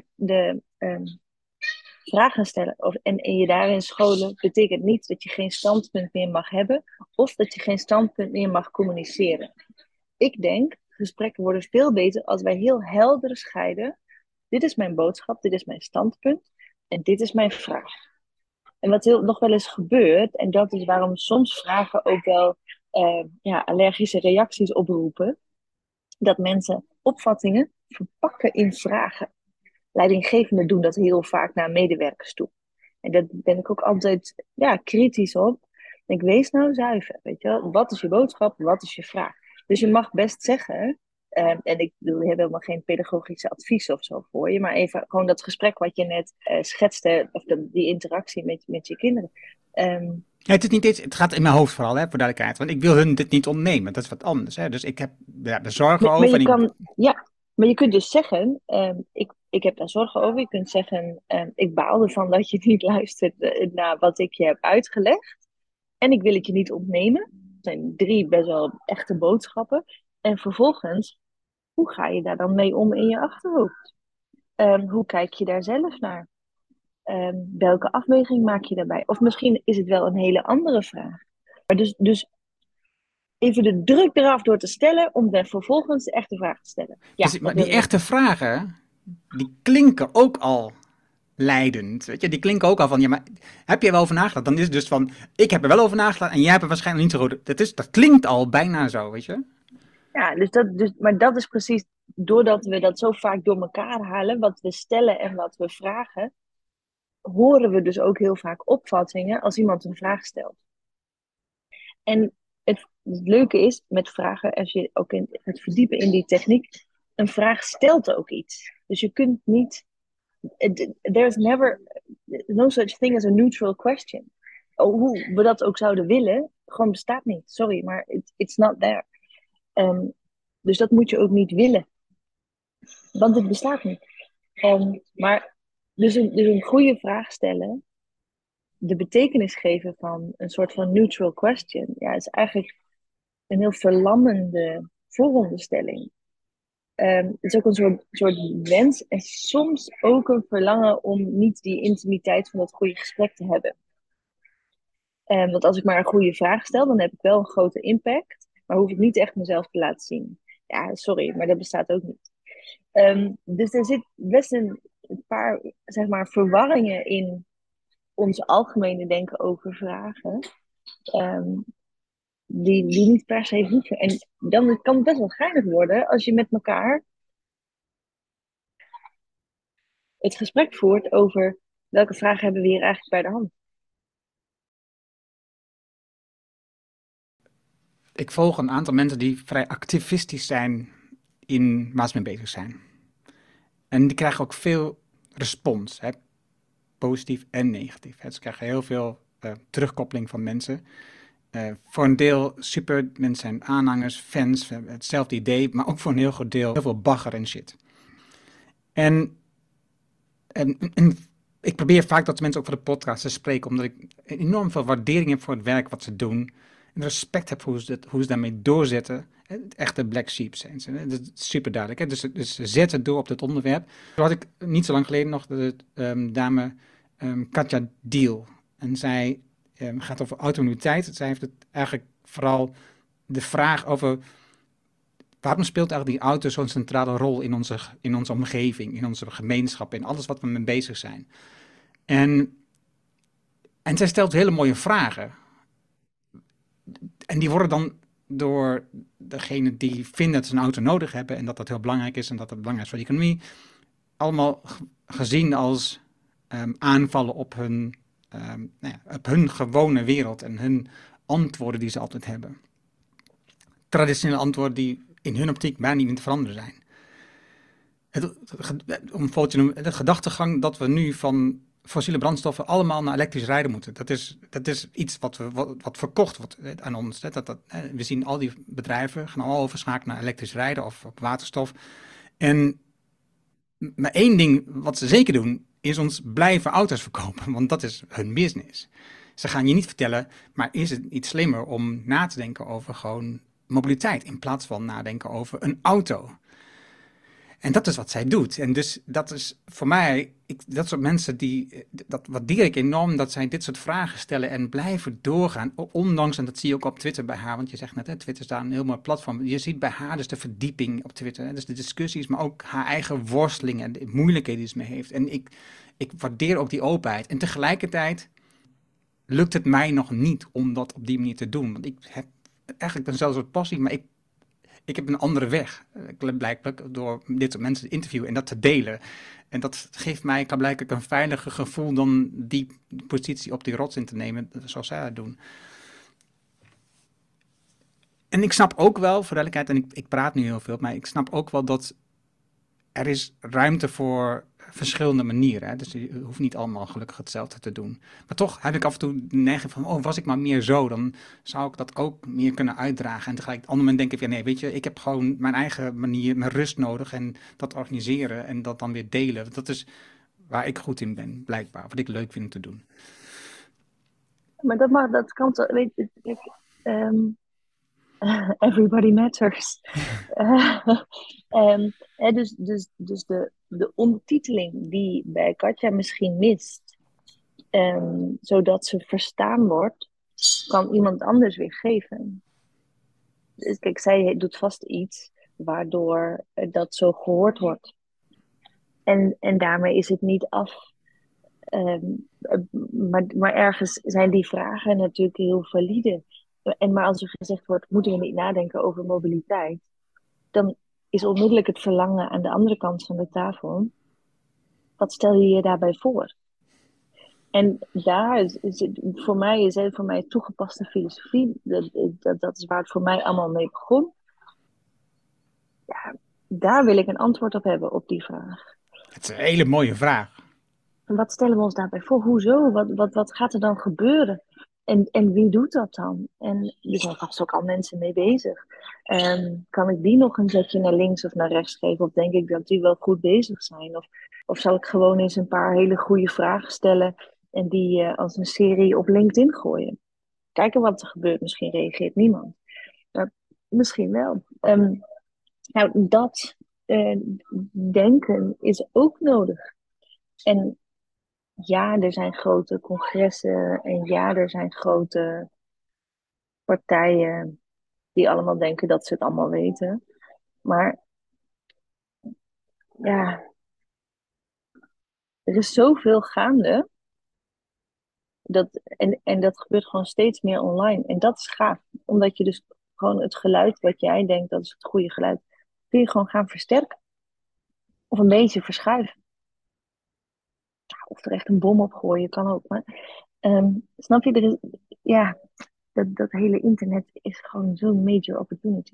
S3: Vragen stellen en je daarin scholen betekent niet dat je geen standpunt meer mag hebben of dat je geen standpunt meer mag communiceren. Ik denk, gesprekken worden veel beter als wij heel helder scheiden. Dit is mijn boodschap, dit is mijn standpunt en dit is mijn vraag. En wat nog wel eens gebeurt, en dat is waarom soms vragen ook wel allergische reacties oproepen, dat mensen opvattingen verpakken in vragen. Leidinggevenden doen dat heel vaak naar medewerkers toe. En daar ben ik ook altijd kritisch op. Ik wees nou zuiver, weet je wel. Wat is je boodschap, wat is je vraag? Dus je mag best zeggen, en ik bedoel, we hebben helemaal geen pedagogische advies of zo voor je, maar even gewoon dat gesprek wat je net schetste, of die interactie met je kinderen.
S1: Ja, het gaat in mijn hoofd vooral, hè, voor duidelijkheid. Want ik wil hun dit niet ontnemen. Dat is wat anders. Hè. Dus ik heb er zorgen over.
S3: Maar je kunt dus zeggen, ik heb daar zorgen over. Je kunt zeggen, ik baal ervan dat je niet luistert naar wat ik je heb uitgelegd. En ik wil het je niet ontnemen. Dat zijn 3 best wel echte boodschappen. En vervolgens, hoe ga je daar dan mee om in je achterhoofd? Hoe kijk je daar zelf naar? Welke afweging maak je daarbij? Of misschien is het wel een hele andere vraag. Maar dus even de druk eraf door te stellen om dan vervolgens de echte vraag te stellen. Ja,
S1: maar die echte vragen, die klinken ook al leidend. Weet je? Die klinken ook al van, ja, maar heb je er wel over nagedacht? Dan is het dus van, ik heb er wel over nagedacht en jij hebt er waarschijnlijk niet zo goed. Dat klinkt al bijna zo, weet je?
S3: Ja, maar dat is precies doordat we dat zo vaak door elkaar halen, wat we stellen en wat we vragen, horen we dus ook heel vaak opvattingen als iemand een vraag stelt. En het leuke is met vragen, als je ook het verdiepen in die techniek, een vraag stelt ook iets. Dus je kunt niet, there's never, no such thing as a neutral question. Hoe we dat ook zouden willen, gewoon bestaat niet. Sorry, maar it's not there. Dus dat moet je ook niet willen. Want het bestaat niet. Dus een goede vraag stellen, de betekenis geven van een soort van neutral question, ja, is eigenlijk een heel verlammende vooronderstelling. Het is ook een soort wens en soms ook een verlangen om niet die intimiteit van dat goede gesprek te hebben. Want als ik maar een goede vraag stel, dan heb ik wel een grote impact, maar hoef ik niet echt mezelf te laten zien. Ja, sorry, maar dat bestaat ook niet. Dus er zit best een paar, zeg maar, verwarringen in ons algemene denken over vragen. ehm, die niet per se hoeven. En dan kan het best wel geinig worden als je met elkaar het gesprek voert over welke vragen hebben we hier eigenlijk bij de hand.
S1: Ik volg een aantal mensen die vrij activistisch zijn in waar ze mee bezig zijn. En die krijgen ook veel respons, hè? Positief en negatief. Hè? Ze krijgen heel veel terugkoppeling van mensen. Voor een deel super, mensen zijn aanhangers, fans, hetzelfde idee, maar ook voor een heel groot deel heel veel bagger en shit. En ik probeer vaak dat mensen ook voor de podcast te spreken, omdat ik enorm veel waardering heb voor het werk wat ze doen. En respect heb voor hoe ze daarmee doorzetten. Echte black sheep zijn ze. Dat is super duidelijk. Hè? Dus ze zetten door op dit onderwerp. Zo had ik niet zo lang geleden nog de dame Katja Deal. En zij gaat over autonomiteit. Zij heeft het eigenlijk vooral de vraag over waarom speelt eigenlijk die auto zo'n centrale rol in onze omgeving, in onze gemeenschap, in alles wat we mee bezig zijn. En zij stelt hele mooie vragen. En die worden dan door degene die vinden dat ze een auto nodig hebben en dat dat heel belangrijk is en dat dat belangrijk is voor de economie, allemaal gezien als aanvallen op op hun gewone wereld en hun antwoorden die ze altijd hebben. Traditionele antwoorden die in hun optiek bijna niet meer te veranderen zijn. Om een voorbeeld te noemen, de gedachtegang dat we nu van fossiele brandstoffen allemaal naar elektrisch rijden moeten. Dat is iets wat verkocht wordt aan ons. We zien al die bedrijven gaan allemaal overschakelen naar elektrisch rijden of op waterstof. En maar één ding wat ze zeker doen, is ons blijven auto's verkopen, want dat is hun business. Ze gaan je niet vertellen, maar is het niet slimmer om na te denken over gewoon mobiliteit, in plaats van nadenken over een auto? En dat is wat zij doet. En dus dat is voor mij, dat soort mensen, dat waardeer ik enorm, dat zij dit soort vragen stellen en blijven doorgaan. Ondanks, en dat zie je ook op Twitter bij haar, want je zegt net, hè, Twitter is daar een heel mooi platform. Je ziet bij haar dus de verdieping op Twitter. Hè, dus de discussies, maar ook haar eigen worstelingen en de moeilijkheden die ze mee heeft. En ik waardeer ook die openheid. En tegelijkertijd lukt het mij nog niet om dat op die manier te doen. Want ik heb eigenlijk dan zelfs een passie, maar ik heb een andere weg, blijkbaar, door dit soort mensen te interviewen en dat te delen. En dat geeft mij blijkbaar een veiliger gevoel dan die positie op die rots in te nemen, zoals zij dat doen. En ik snap ook wel, voor duidelijkheid, en ik praat nu heel veel, maar ik snap ook wel dat er is ruimte voor verschillende manieren. Hè? Dus je hoeft niet allemaal gelukkig hetzelfde te doen. Maar toch heb ik af en toe de neiging van, oh, was ik maar meer zo, dan zou ik dat ook meer kunnen uitdragen. En tegelijk op een ander moment denk ik, ja, nee, weet je, ik heb gewoon mijn eigen manier, mijn rust nodig en dat organiseren en dat dan weer delen. Dat is waar ik goed in ben, blijkbaar. Wat ik leuk vind om te doen.
S3: Maar dat kan toch, weet je, everybody matters. Dus de ondertiteling die bij Katja misschien mist, zodat ze verstaan wordt, kan iemand anders weer geven. Dus kijk, zij doet vast iets waardoor dat zo gehoord wordt. En daarmee is het niet af. Maar ergens zijn die vragen natuurlijk heel valide. Maar als er gezegd wordt, moeten we niet nadenken over mobiliteit, dan is onmiddellijk het verlangen aan de andere kant van de tafel. Wat stel je je daarbij voor? En daar voor mij toegepaste filosofie. Dat is waar het voor mij allemaal mee begon. Ja, daar wil ik een antwoord op hebben, op die vraag.
S1: Het is een hele mooie vraag.
S3: Wat stellen we ons daarbij voor? Hoezo? Wat gaat er dan gebeuren? En wie doet dat dan? En er zijn vast ook al mensen mee bezig. Kan ik die nog een zetje naar links of naar rechts geven? Of denk ik dat die wel goed bezig zijn? Of zal ik gewoon eens een paar hele goede vragen stellen en die als een serie op LinkedIn gooien? Kijken wat er gebeurt. Misschien reageert niemand. Misschien wel. Nou, dat denken is ook nodig. En ja, er zijn grote congressen en ja, er zijn grote partijen die allemaal denken dat ze het allemaal weten. Maar ja, er is zoveel gaande. En dat gebeurt gewoon steeds meer online. En dat is gaaf. Omdat je dus gewoon het geluid wat jij denkt, dat is het goede geluid, kun je gewoon gaan versterken. Of een beetje verschuiven. Of er echt een bom op gooien, kan ook. Maar snap je, ja, dat hele internet is gewoon zo'n major opportunity.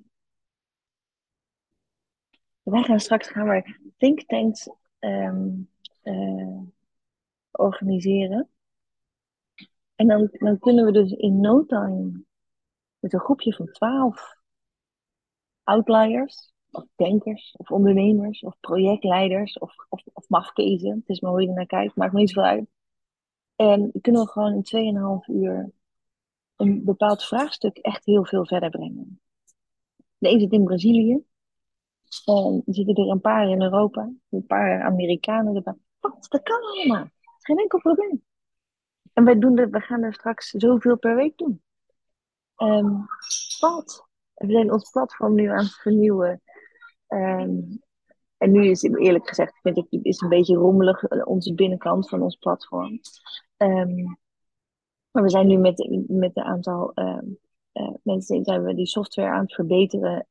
S3: Wij gaan straks think tanks eh, organiseren. En dan kunnen we dus in no time met een groepje van 12 outliers, of denkers, of ondernemers, of projectleiders, of mafkezen. Het is maar hoe je er naar kijkt, maakt me niet zoveel uit. En kunnen we gewoon in 2,5 uur een bepaald vraagstuk echt heel veel verder brengen. De een zit in Brazilië, en er zitten er een paar in Europa, een paar Amerikanen erbij. Wat, dat kan allemaal. Het is geen enkel probleem. En we gaan er straks zoveel per week doen. Wat? We zijn ons platform nu aan het vernieuwen. En nu is het eerlijk gezegd, vind ik, is een beetje rommelig onze binnenkant van ons platform. Maar we zijn nu met een aantal mensen zijn we die software aan het verbeteren.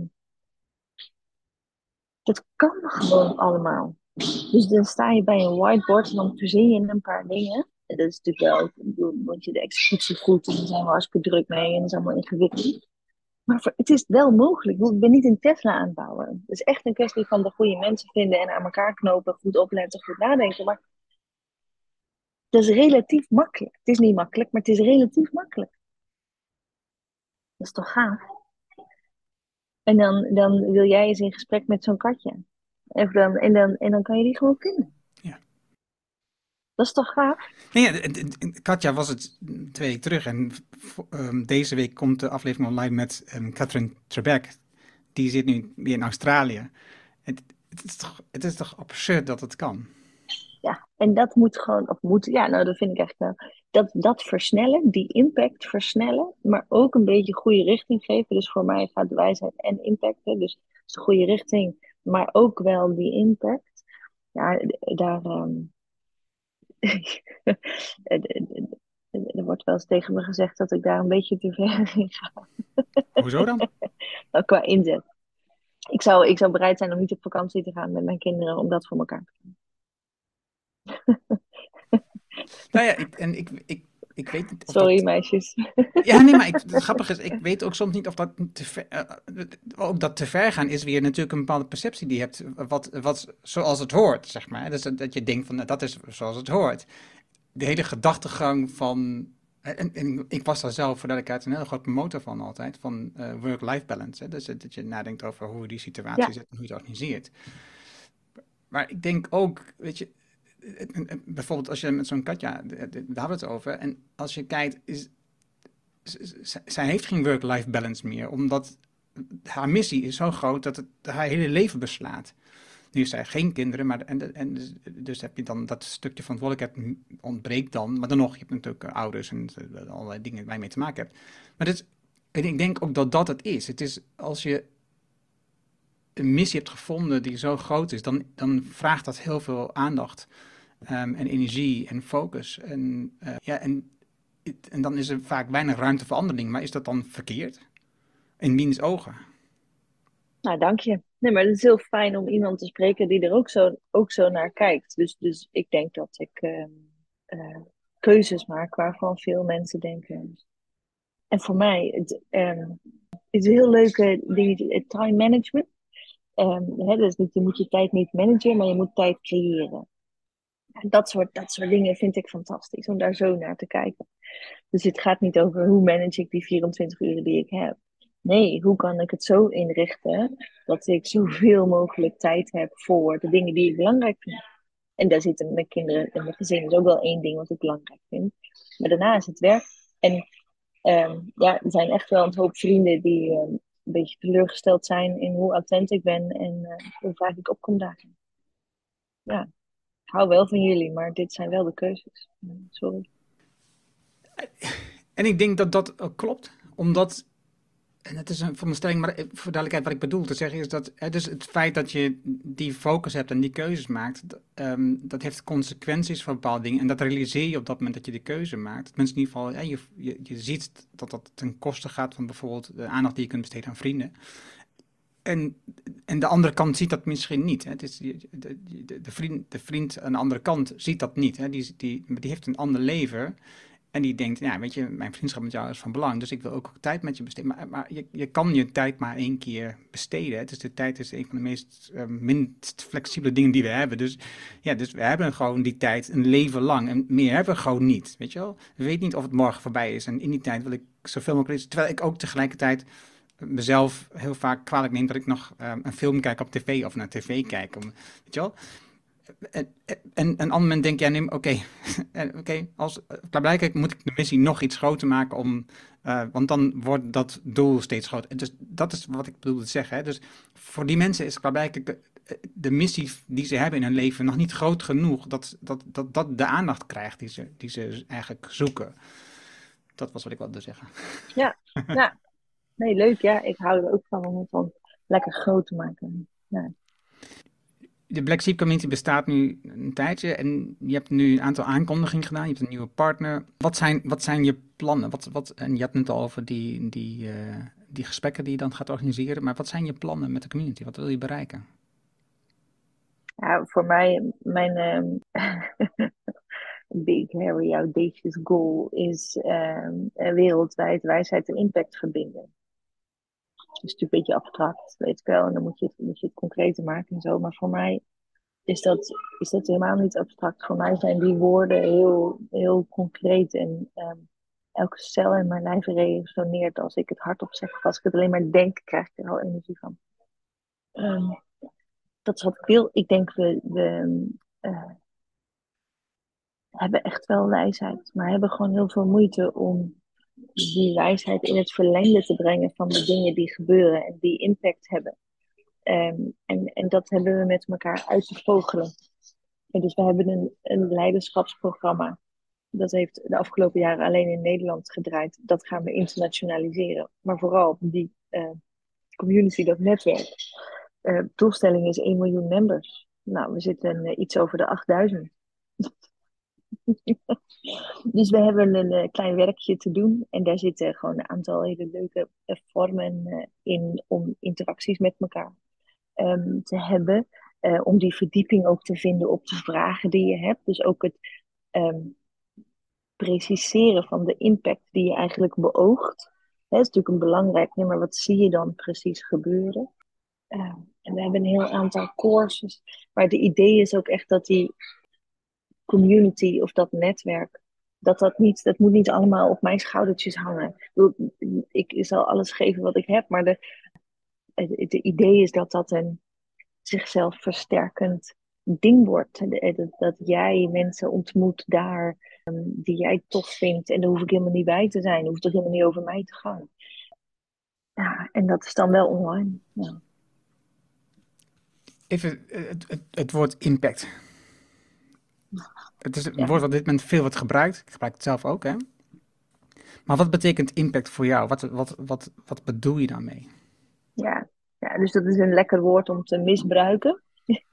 S3: Dat kan gewoon allemaal. Dus dan sta je bij een whiteboard en dan verzin je een paar dingen. En dat is natuurlijk wel, ik bedoel, want je de executie goed en daar zijn we hartstikke druk mee en dat is allemaal ingewikkeld. Maar het is wel mogelijk. Ik ben niet een Tesla aan het bouwen. Het is echt een kwestie van de goede mensen vinden en aan elkaar knopen, goed opletten, goed nadenken. Maar dat is relatief makkelijk. Het is niet makkelijk, maar het is relatief makkelijk. Dat is toch gaaf? En dan wil jij eens in gesprek met zo'n katje. En dan kan je die gewoon vinden.
S1: Ja.
S3: Dat is toch gaaf?
S1: Nee, ja, Katja was het 2 weken terug en deze week komt de aflevering online met Catherine Trebek. Die zit nu weer in Australië. Het is toch absurd dat het kan?
S3: Ja, en dat moet gewoon, ja, nou dat vind ik echt wel. Dat versnellen, die impact versnellen, maar ook een beetje goede richting geven. Dus voor mij gaat de wijsheid en impact, hè, dus de goede richting, maar ook wel die impact. Ja, daar. Er wordt wel eens tegen me gezegd dat ik daar een beetje te ver in ga.
S1: Hoezo dan?
S3: Nou, qua inzet. Ik zou bereid zijn om niet op vakantie te gaan met mijn kinderen om dat voor elkaar te doen.
S1: Nou ja, ik weet niet of
S3: Sorry,
S1: dat...
S3: meisjes.
S1: Ja, nee, maar het grappige is, ik weet ook soms niet of dat te ver, ook dat te ver gaan is weer natuurlijk een bepaalde perceptie die je hebt, wat zoals het hoort, zeg maar. Dus dat je denkt van, nou, dat is zoals het hoort. De hele gedachtegang van, en ik was daar zelf, voor duidelijkheid, een hele grote promotor van altijd, van work-life balance. Hè? Dus dat je nadenkt over hoe je die situatie
S3: Ja.
S1: zet en hoe je het organiseert. Maar ik denk ook, weet je, bijvoorbeeld als je met zo'n Katja, daar hebben we het over, en als je kijkt, zij heeft geen work-life balance meer, omdat haar missie is zo groot dat het haar hele leven beslaat. Nu heeft zij geen kinderen, maar dus heb je dan dat stukje verantwoordelijkheid ontbreekt dan. Maar dan nog, je hebt natuurlijk ouders en allerlei dingen waar je mee te maken hebt. Maar en ik denk ook dat dat het is. Het is als je een missie hebt gevonden die zo groot is, dan vraagt dat heel veel aandacht en energie en focus. En dan is er vaak weinig ruimte voor verandering. Maar is dat dan verkeerd? In wiens ogen?
S3: Nou, dank je. Nee, maar het is heel fijn om iemand te spreken die er ook zo naar kijkt. Dus ik denk dat ik keuzes maak waarvan veel mensen denken. En voor mij, het is een heel leuke ding, time management. Dus je moet je tijd niet managen, maar je moet tijd creëren. Dat soort dingen vind ik fantastisch, om daar zo naar te kijken. Dus het gaat niet over hoe manage ik die 24 uur die ik heb. Nee, hoe kan ik het zo inrichten dat ik zoveel mogelijk tijd heb voor de dingen die ik belangrijk vind. En daar zitten mijn kinderen en mijn gezin is ook wel één ding wat ik belangrijk vind. Maar daarna is het werk. En ja, er zijn echt wel een hoop vrienden die een beetje teleurgesteld zijn in hoe attent ik ben en hoe vaak ik opkom dagen. Ja, ik hou wel van jullie, maar dit zijn wel de keuzes. Sorry.
S1: En ik denk dat dat ook klopt, omdat En het is een veronderstelling, maar voor duidelijkheid wat ik bedoel te zeggen is dat dus het feit dat je die focus hebt en die keuzes maakt, dat heeft consequenties voor bepaalde dingen. En dat realiseer je op dat moment dat je de keuze maakt. Tenminste, in ieder geval, je ziet dat dat ten koste gaat van bijvoorbeeld de aandacht die je kunt besteden aan vrienden. En de andere kant ziet dat misschien niet. Hè. Het is de vriend aan de andere kant ziet dat niet. Hè. Die heeft een ander leven. En die denkt, ja, weet je, mijn vriendschap met jou is van belang, dus ik wil ook tijd met je besteden. Maar je kan je tijd maar één keer besteden. Hè. Dus de tijd is een van de minst flexibele dingen die we hebben. Dus ja, dus we hebben gewoon die tijd een leven lang. En meer hebben we gewoon niet, weet je wel. We weten niet of het morgen voorbij is. En in die tijd wil ik zoveel mogelijk lezen. Terwijl ik ook tegelijkertijd mezelf heel vaak kwalijk neem dat ik nog een film kijk op tv of naar tv kijk. Weet je wel. En een ander moment denk je, ja, nee, oké, klaarblijkelijk moet ik de missie nog iets groter maken want dan wordt dat doel steeds groter. En dus dat is wat ik bedoel te zeggen. Hè. Dus voor die mensen is klaarblijkelijk de missie die ze hebben in hun leven nog niet groot genoeg dat de aandacht krijgt die ze eigenlijk zoeken. Dat was wat ik wilde zeggen.
S3: Ja, ja. Nee, leuk. Ja, ik hou er ook van om het dan lekker groot te maken. Ja.
S1: De Black Sheep Community bestaat nu een tijdje en je hebt nu een aantal aankondigingen gedaan. Je hebt een nieuwe partner. Wat zijn je plannen? En je hebt het al over die gesprekken die je dan gaat organiseren. Maar wat zijn je plannen met de community? Wat wil je bereiken?
S3: Ja, voor mij, mijn big, hairy, audacious goal is wereldwijd wijsheid en impact verbinden. Dat is natuurlijk een beetje abstract, weet ik wel. En dan moet je het concreter maken en zo. Maar voor mij is dat helemaal niet abstract. Voor mij zijn die woorden heel, heel concreet. En elke cel in mijn lijf resoneert als ik het hardop zeg. Of als ik het alleen maar denk, krijg ik er al energie van. Dat is wat ik wil. Ik denk, we hebben echt wel wijsheid. Maar hebben gewoon heel veel moeite om die wijsheid in het verlengde te brengen van de dingen die gebeuren en die impact hebben. En dat hebben we met elkaar uit te vogelen. En dus we hebben een leiderschapsprogramma. Dat heeft de afgelopen jaren alleen in Nederland gedraaid. Dat gaan we internationaliseren. Maar vooral die community, dat netwerk. Doelstelling is 1 miljoen members. Nou, we zitten iets over de 8000. Dus we hebben een klein werkje te doen. En daar zitten gewoon een aantal hele leuke vormen in om interacties met elkaar te hebben. Om die verdieping ook te vinden op de vragen die je hebt. Dus ook het preciseren van de impact die je eigenlijk beoogt. Dat is natuurlijk een belangrijk, maar wat zie je dan precies gebeuren? En we hebben een heel aantal courses. Maar de idee is ook echt dat die community of dat netwerk, dat moet niet allemaal op mijn schoudertjes hangen. Ik zal alles geven wat ik heb, maar de idee is dat dat een zichzelf versterkend ding wordt. Dat jij mensen ontmoet daar die jij tof vindt en daar hoef ik helemaal niet bij te zijn. Dat hoeft toch helemaal niet over mij te gaan. Ja, en dat is dan wel online. Ja.
S1: Even het woord impact. Het is een
S3: Ja.
S1: woord wat op dit moment veel wordt gebruikt. Ik gebruik het zelf ook, hè. Maar wat betekent impact voor jou? Wat bedoel je daarmee?
S3: Ja, dus dat is een lekker woord om te misbruiken.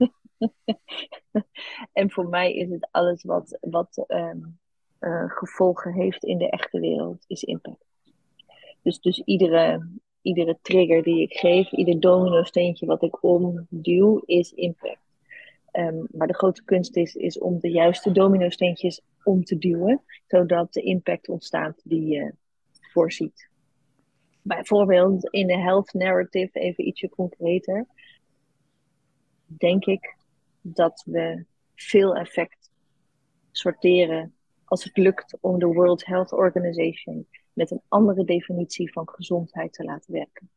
S3: En voor mij is het alles wat gevolgen heeft in de echte wereld, is impact. Dus iedere trigger die ik geef, ieder domino-steentje wat ik omduw, is impact. Maar de grote kunst is om de juiste domino-steentjes om te duwen, zodat de impact ontstaat die je voorziet. Bijvoorbeeld in de health narrative, even ietsje concreter, denk ik dat we veel effect sorteren als het lukt om de World Health Organization met een andere definitie van gezondheid te laten werken.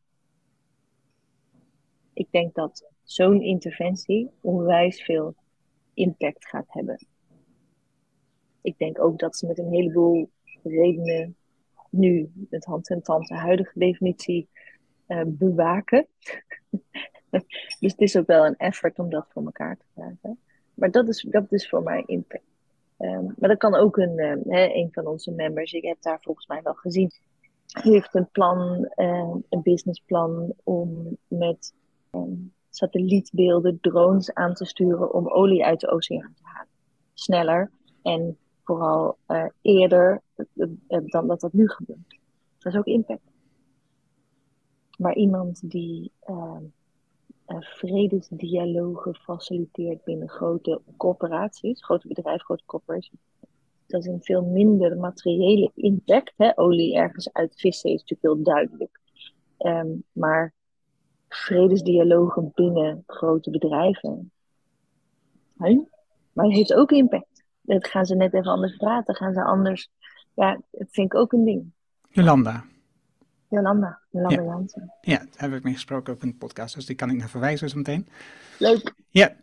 S3: Ik denk dat zo'n interventie onwijs veel impact gaat hebben. Ik denk ook dat ze met een heleboel redenen nu met hand en tand de huidige definitie bewaken. Dus het is ook wel een effort om dat voor elkaar te krijgen. Maar dat is voor mij impact. Maar dat kan ook een van onze members, ik heb daar volgens mij wel gezien, heeft een plan, een businessplan om met satellietbeelden, drones aan te sturen om olie uit de oceaan te halen. Sneller en vooral eerder dan dat nu gebeurt. Dat is ook impact. Maar iemand die vredesdialogen faciliteert binnen grote corporaties, grote bedrijven, grote corporations, dat is een veel minder materiële impact. Hè? Olie ergens uit vissen is natuurlijk heel duidelijk. Maar vredesdialogen binnen grote bedrijven, maar het heeft ook impact. Dat gaan ze net even anders praten, gaan ze anders. Ja, dat vind ik ook een ding.
S1: Jolanda.
S3: Jolanda Jansen.
S1: Ja, daar heb ik mee gesproken ook in de podcast, dus die kan ik naar verwijzen zo meteen.
S3: Leuk.
S1: Ja,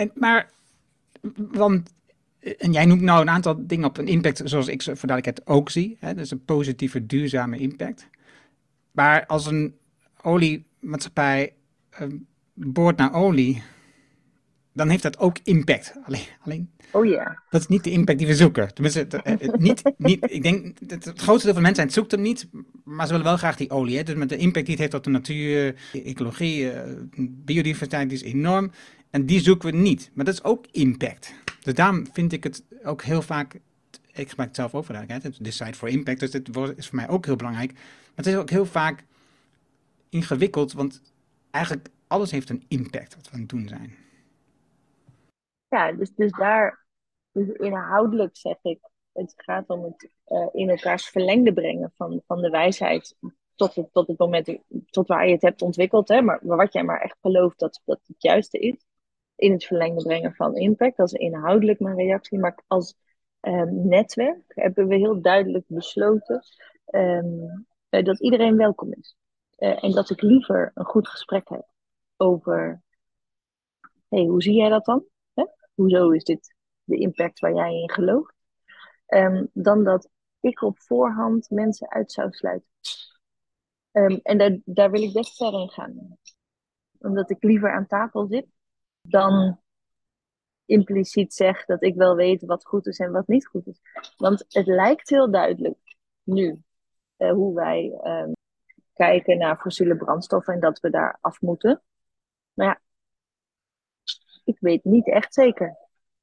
S1: en jij noemt nou een aantal dingen op een impact zoals ik voor duidelijkheid ook zie. Hè? Dus een positieve, duurzame impact. Maar als een oliemaatschappij boort naar olie, dan heeft dat ook impact. Alleen
S3: Oh ja.
S1: dat is niet de impact die we zoeken. Tenminste, ik denk dat het grootste deel van mensen zoekt hem niet, maar ze willen wel graag die olie. Hè? Dus met de impact die het heeft op de natuur, ecologie, biodiversiteit, die is enorm. En die zoeken we niet. Maar dat is ook impact. Dus daarom vind ik het ook heel vaak, ik gebruik het zelf ook voor duidelijkheid, Decide for Impact, dus dit is voor mij ook heel belangrijk. Maar het is ook heel vaak ingewikkeld, want eigenlijk alles heeft een impact wat we aan het doen zijn.
S3: Ja, dus daar, dus inhoudelijk zeg ik, het gaat om het in elkaars verlengde brengen van de wijsheid tot het moment, tot waar je het hebt ontwikkeld, hè, maar wat jij maar echt gelooft dat het juiste is. In het verlengde brengen van impact, dat is inhoudelijk mijn reactie. Maar als netwerk hebben we heel duidelijk besloten dat iedereen welkom is. En dat ik liever een goed gesprek heb over, hey, hoe zie jij dat dan? Hè? Hoezo is dit de impact waar jij in gelooft? Dan dat ik op voorhand mensen uit zou sluiten. En daar wil ik best verder in gaan. Omdat ik liever aan tafel zit dan impliciet zeg dat ik wel weet wat goed is en wat niet goed is. Want het lijkt heel duidelijk nu hoe wij kijken naar fossiele brandstoffen en dat we daar af moeten. Maar ja, ik weet niet echt zeker.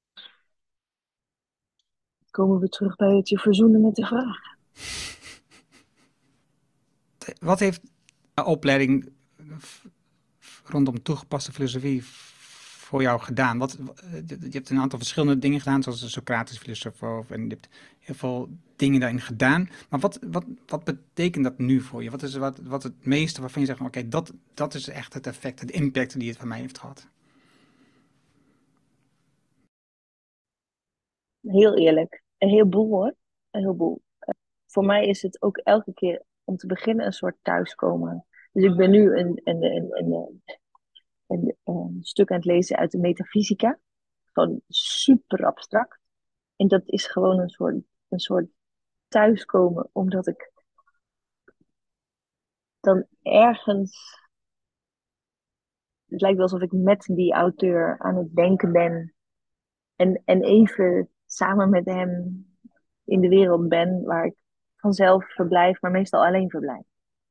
S3: Komen we terug bij het je verzoenen met de vraag.
S1: Wat heeft de opleiding rondom toegepaste filosofie voor jou gedaan? Je hebt een aantal verschillende dingen gedaan, zoals de Socratische filosoof, en je hebt heel veel dingen daarin gedaan. Maar wat betekent dat nu voor je? Wat is wat het meeste waarvan je zegt, oké, dat is echt het effect, het impact die het van mij heeft gehad?
S3: Heel eerlijk. Een heleboel hoor. Een heleboel. Voor mij is het ook elke keer om te beginnen een soort thuiskomen. Dus ik ben nu een stuk aan het lezen uit de metafysica. Gewoon super abstract. En dat is gewoon een soort thuiskomen, omdat ik dan ergens. Het lijkt wel alsof ik met die auteur aan het denken ben. En even samen met hem in de wereld ben waar ik vanzelf verblijf, maar meestal alleen verblijf.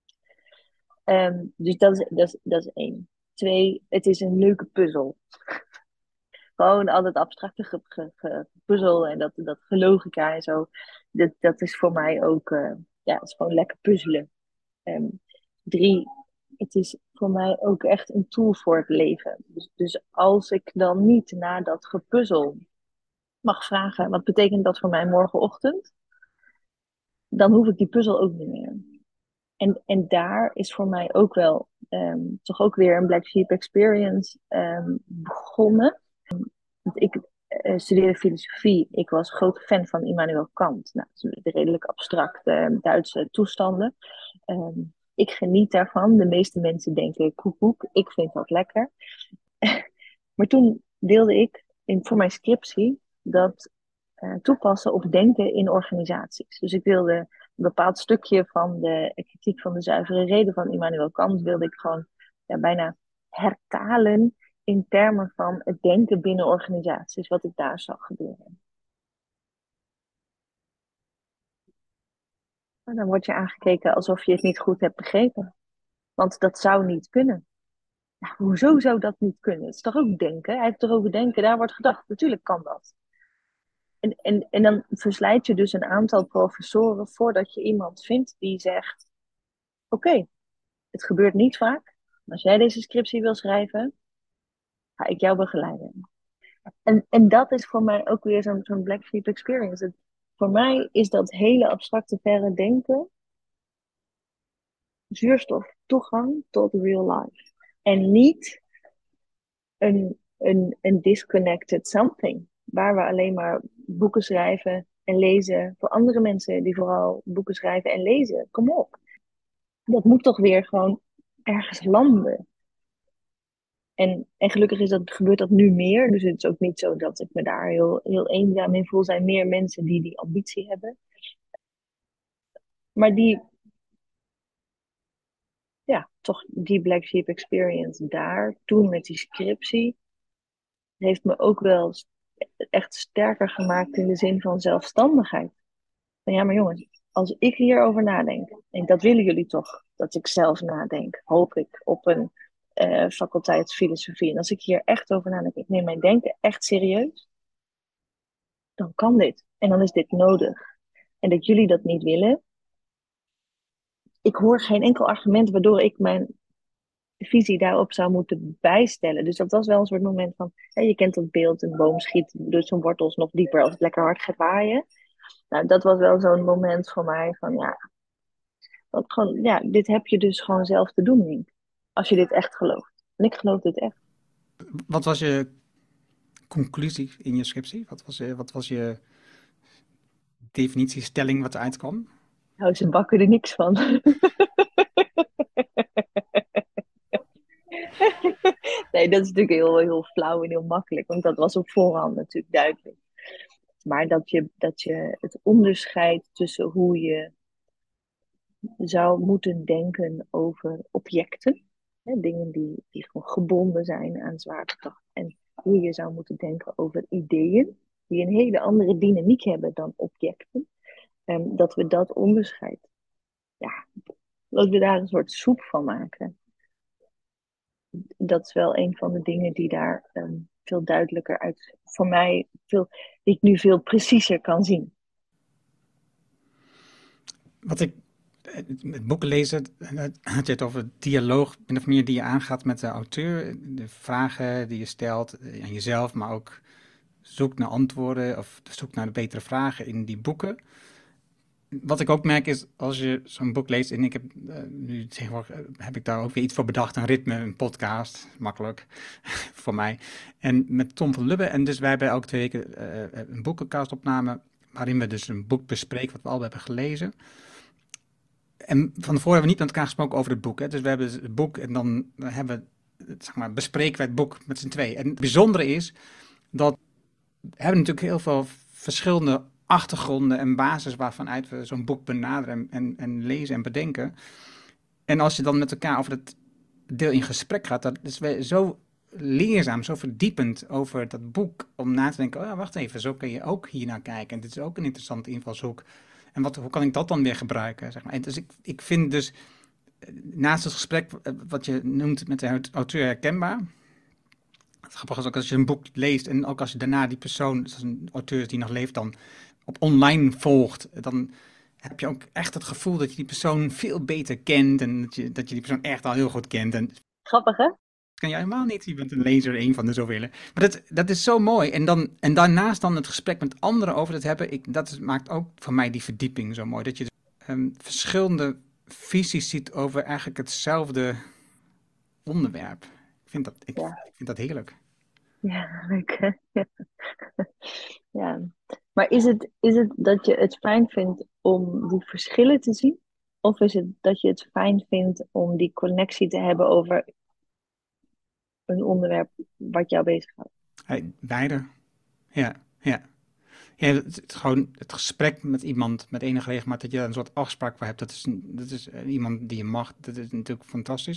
S3: Dus dat is één. Twee, het is een leuke puzzel. Gewoon al dat abstracte puzzel en dat gelogica en zo. Dat is voor mij ook, ja, het is gewoon lekker puzzelen. Drie, het is voor mij ook echt een tool voor het leven. Dus als ik dan niet na dat gepuzzel mag vragen, wat betekent dat voor mij morgenochtend? Dan hoef ik die puzzel ook niet meer. En daar is voor mij ook wel toch ook weer een Black Sheep Experience begonnen. Want ik studeerde filosofie. Ik was een grote fan van Immanuel Kant. Nou, de redelijk abstracte Duitse toestanden. Ik geniet daarvan. De meeste mensen denken koekoek. Ik vind dat lekker. Maar toen wilde ik voor mijn scriptie dat toepassen op denken in organisaties. Dus ik wilde een bepaald stukje van de kritiek van de zuivere reden van Immanuel Kant wilde ik gewoon bijna hertalen in termen van het denken binnen organisaties, wat ik daar zag gebeuren. Maar dan word je aangekeken alsof je het niet goed hebt begrepen. Want dat zou niet kunnen. Ja, hoezo zou dat niet kunnen? Het is toch ook denken? Hij heeft toch over denken, daar wordt gedacht. Natuurlijk kan dat. En dan verslijt je dus een aantal professoren voordat je iemand vindt die zegt: Oké, het gebeurt niet vaak. Als jij deze scriptie wil schrijven, ga ik jou begeleiden. En dat is voor mij ook weer zo'n Black Sheep experience. Voor mij is dat hele abstracte verre denken zuurstof, toegang tot real life. En niet een disconnected something, waar we alleen maar boeken schrijven en lezen voor andere mensen die vooral boeken schrijven en lezen. Kom op. Dat moet toch weer gewoon ergens landen. En gelukkig gebeurt dat nu meer. Dus het is ook niet zo dat ik me daar heel eenzaam in voel. Er zijn meer mensen die die ambitie hebben. Maar toch die Black Sheep experience daar, toen met die scriptie, heeft me ook wel echt sterker gemaakt in de zin van zelfstandigheid. Van ja, maar jongens, als ik hierover nadenk, en dat willen jullie toch, dat ik zelf nadenk, hoop ik, op een faculteit filosofie. En als ik hier echt over nadenk, ik neem mijn denken echt serieus, dan kan dit. En dan is dit nodig. En dat jullie dat niet willen, ik hoor geen enkel argument waardoor ik mijn visie daarop zou moeten bijstellen. Dus dat was wel een soort moment van, je kent dat beeld, een boom schiet dus zijn wortels nog dieper als het lekker hard gaat waaien. Nou, dat was wel zo'n moment voor mij van, dit heb je dus gewoon zelf te doen, Nienk. Als je dit echt gelooft. En ik geloof dit echt.
S1: Wat was je conclusie in je scriptie? Wat was je definitiestelling wat eruit kwam?
S3: Nou, ze bakken er niks van. Nee, dat is natuurlijk heel flauw en heel makkelijk. Want dat was op voorhand natuurlijk duidelijk. Maar dat je het onderscheid tussen hoe je zou moeten denken over objecten. Dingen die gewoon gebonden zijn aan zwaartekracht. En hoe je zou moeten denken over ideeën. Die een hele andere dynamiek hebben dan objecten. Dat we dat onderscheid. Ja, dat we daar een soort soep van maken. Dat is wel een van de dingen die daar veel duidelijker uit, voor mij, die ik nu veel preciezer kan zien.
S1: Wat ik met boeken lezen, had je het over het dialoog min of meer die je aangaat met de auteur. De vragen die je stelt aan jezelf, maar ook zoekt naar antwoorden of zoekt naar de betere vragen in die boeken. Wat ik ook merk is, als je zo'n boek leest, en ik heb nu tegenwoordig heb ik daar ook weer iets voor bedacht, een ritme, een podcast, makkelijk voor mij. En met Tom van Lubbe, en dus wij hebben elke 2 weken een boekencastopname, waarin we dus een boek bespreken wat we al hebben gelezen. En van tevoren hebben we niet met elkaar gesproken over het boek. Hè? Dus we hebben het boek en dan bespreken we het boek met z'n twee. En het bijzondere is dat we hebben natuurlijk heel veel verschillende achtergronden en basis waarvanuit we zo'n boek benaderen en lezen en bedenken. En als je dan met elkaar over het deel in gesprek gaat, dat is weer zo leerzaam, zo verdiepend over dat boek, om na te denken, oh ja, wacht even, zo kun je ook hiernaar kijken. En dit is ook een interessante invalshoek. En hoe kan ik dat dan weer gebruiken? Zeg maar. En dus ik vind dus, naast het gesprek wat je noemt met de auteur herkenbaar, het grappige is ook als je een boek leest en ook als je daarna die persoon, als een auteur die nog leeft, dan op online volgt, dan heb je ook echt het gevoel dat je die persoon veel beter kent en dat je die persoon echt al heel goed kent. En
S3: Grappig, hè?
S1: kan je helemaal niet. Je bent een lezer, een van de zoveel. Maar dat is zo mooi. En daarnaast dan het gesprek met anderen over het hebben. Dat maakt ook voor mij die verdieping zo mooi. Dat je verschillende visies ziet over eigenlijk hetzelfde onderwerp. Ik vind dat heerlijk.
S3: Ja, leuk. Ja. Maar is het dat je het fijn vindt om die verschillen te zien? Of is het dat je het fijn vindt om die connectie te hebben over een onderwerp wat jou bezighoudt?
S1: Beide. Ja. Gewoon het gesprek met iemand met enige regelmaat, dat je een soort afspraak voor hebt. Dat is iemand die je mag. Dat is natuurlijk fantastisch.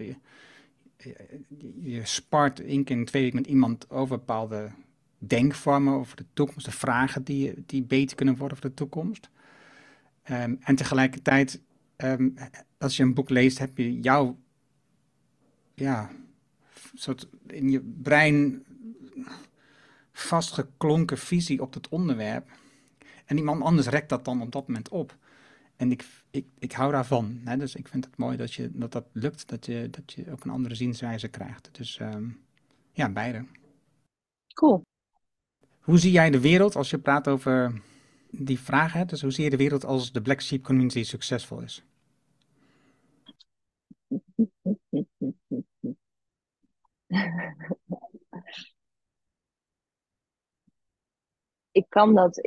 S1: Je spart 1 keer in 2 weken met iemand over bepaalde denkvormen over de toekomst, de vragen die beter kunnen worden voor de toekomst. En tegelijkertijd, als je een boek leest, heb je jouw, ja, soort in je brein vastgeklonken visie op het onderwerp. En iemand anders rekt dat dan op dat moment op. En ik hou daarvan. Hè? Dus ik vind het mooi dat lukt, dat je ook een andere zienswijze krijgt. Dus ja, beide.
S3: Cool.
S1: Hoe zie jij de wereld als je praat over die vraag? Hè? Dus hoe zie je de wereld als de Black Sheep Community succesvol is?
S3: Ik kan dat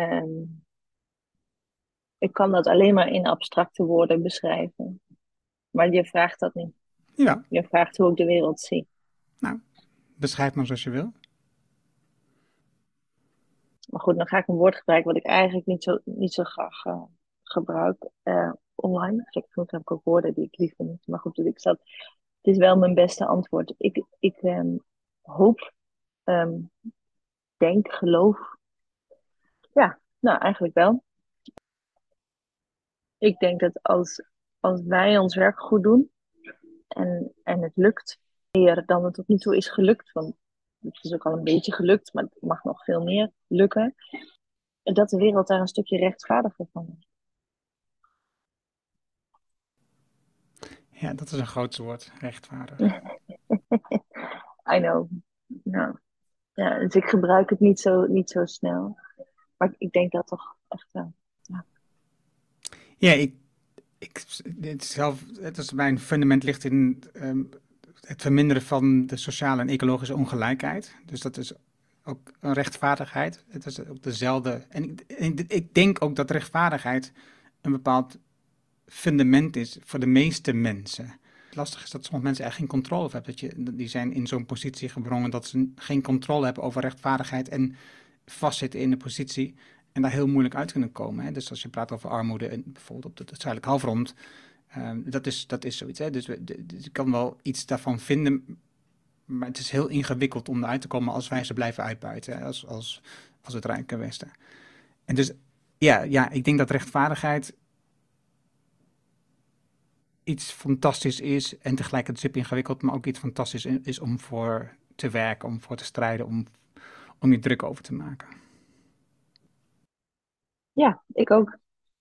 S3: ik kan dat alleen maar in abstracte woorden beschrijven. Maar je vraagt dat niet.
S1: Ja,
S3: Je vraagt hoe ik de wereld zie.
S1: nou, beschrijf maar zoals je wil.
S3: Maar goed, dan ga ik een woord gebruiken wat ik eigenlijk niet zo graag gebruik online. Soms heb ik ook woorden die ik liever niet. Maar goed, dus het is wel mijn beste antwoord. Ik hoop, ehm, denk, geloof. Ja, nou eigenlijk wel. Ik denk dat als wij ons werk goed doen en het lukt meer dan het tot nu toe is gelukt, want het is ook al een beetje gelukt, maar het mag nog veel meer lukken, dat de wereld daar een stukje rechtvaardiger van is.
S1: Ja, dat is een groot woord, rechtvaardig.
S3: I know. Nou, ja, dus ik gebruik het niet zo snel. Maar ik denk dat toch echt wel. Ja.
S1: Ja, het is mijn fundament ligt in het verminderen van de sociale en ecologische ongelijkheid. Dus dat is ook een rechtvaardigheid. Het is ook dezelfde. En ik denk ook dat rechtvaardigheid een bepaald fundament is voor de meeste mensen. Het lastige is dat sommige mensen er geen controle over hebben. Die zijn in zo'n positie gebrongen dat ze geen controle hebben over rechtvaardigheid en vastzitten in de positie en daar heel moeilijk uit kunnen komen. Hè. Dus als je praat over armoede, en bijvoorbeeld op het zuidelijk halfrond, dat is zoiets. Hè. Dus je kan wel iets daarvan vinden, maar het is heel ingewikkeld om eruit te komen als wij ze blijven uitbuiten, hè, als het rijke Westen. En dus, ja, ik denk dat rechtvaardigheid iets fantastisch is en tegelijkertijd super ingewikkeld, maar ook iets fantastisch is om voor te werken, om voor te strijden, om je druk over te maken.
S3: Ja, ik ook.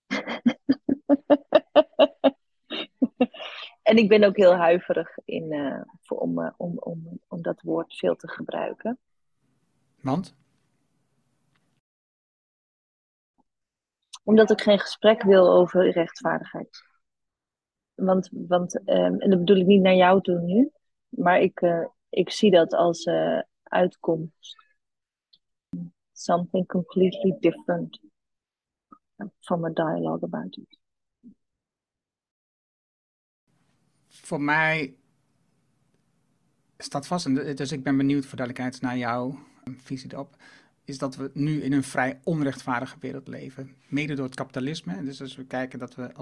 S3: En ik ben ook heel huiverig om dat woord veel te gebruiken.
S1: Want?
S3: Omdat ik geen gesprek wil over rechtvaardigheid. En dat bedoel ik niet naar jou toe nu, maar ik zie dat als uitkomst. Something completely different from a dialogue about it.
S1: Voor mij staat vast, en dus ik ben benieuwd voor duidelijkheid naar jouw visie erop, is dat we nu in een vrij onrechtvaardige wereld leven. Mede door het kapitalisme. Dus als we kijken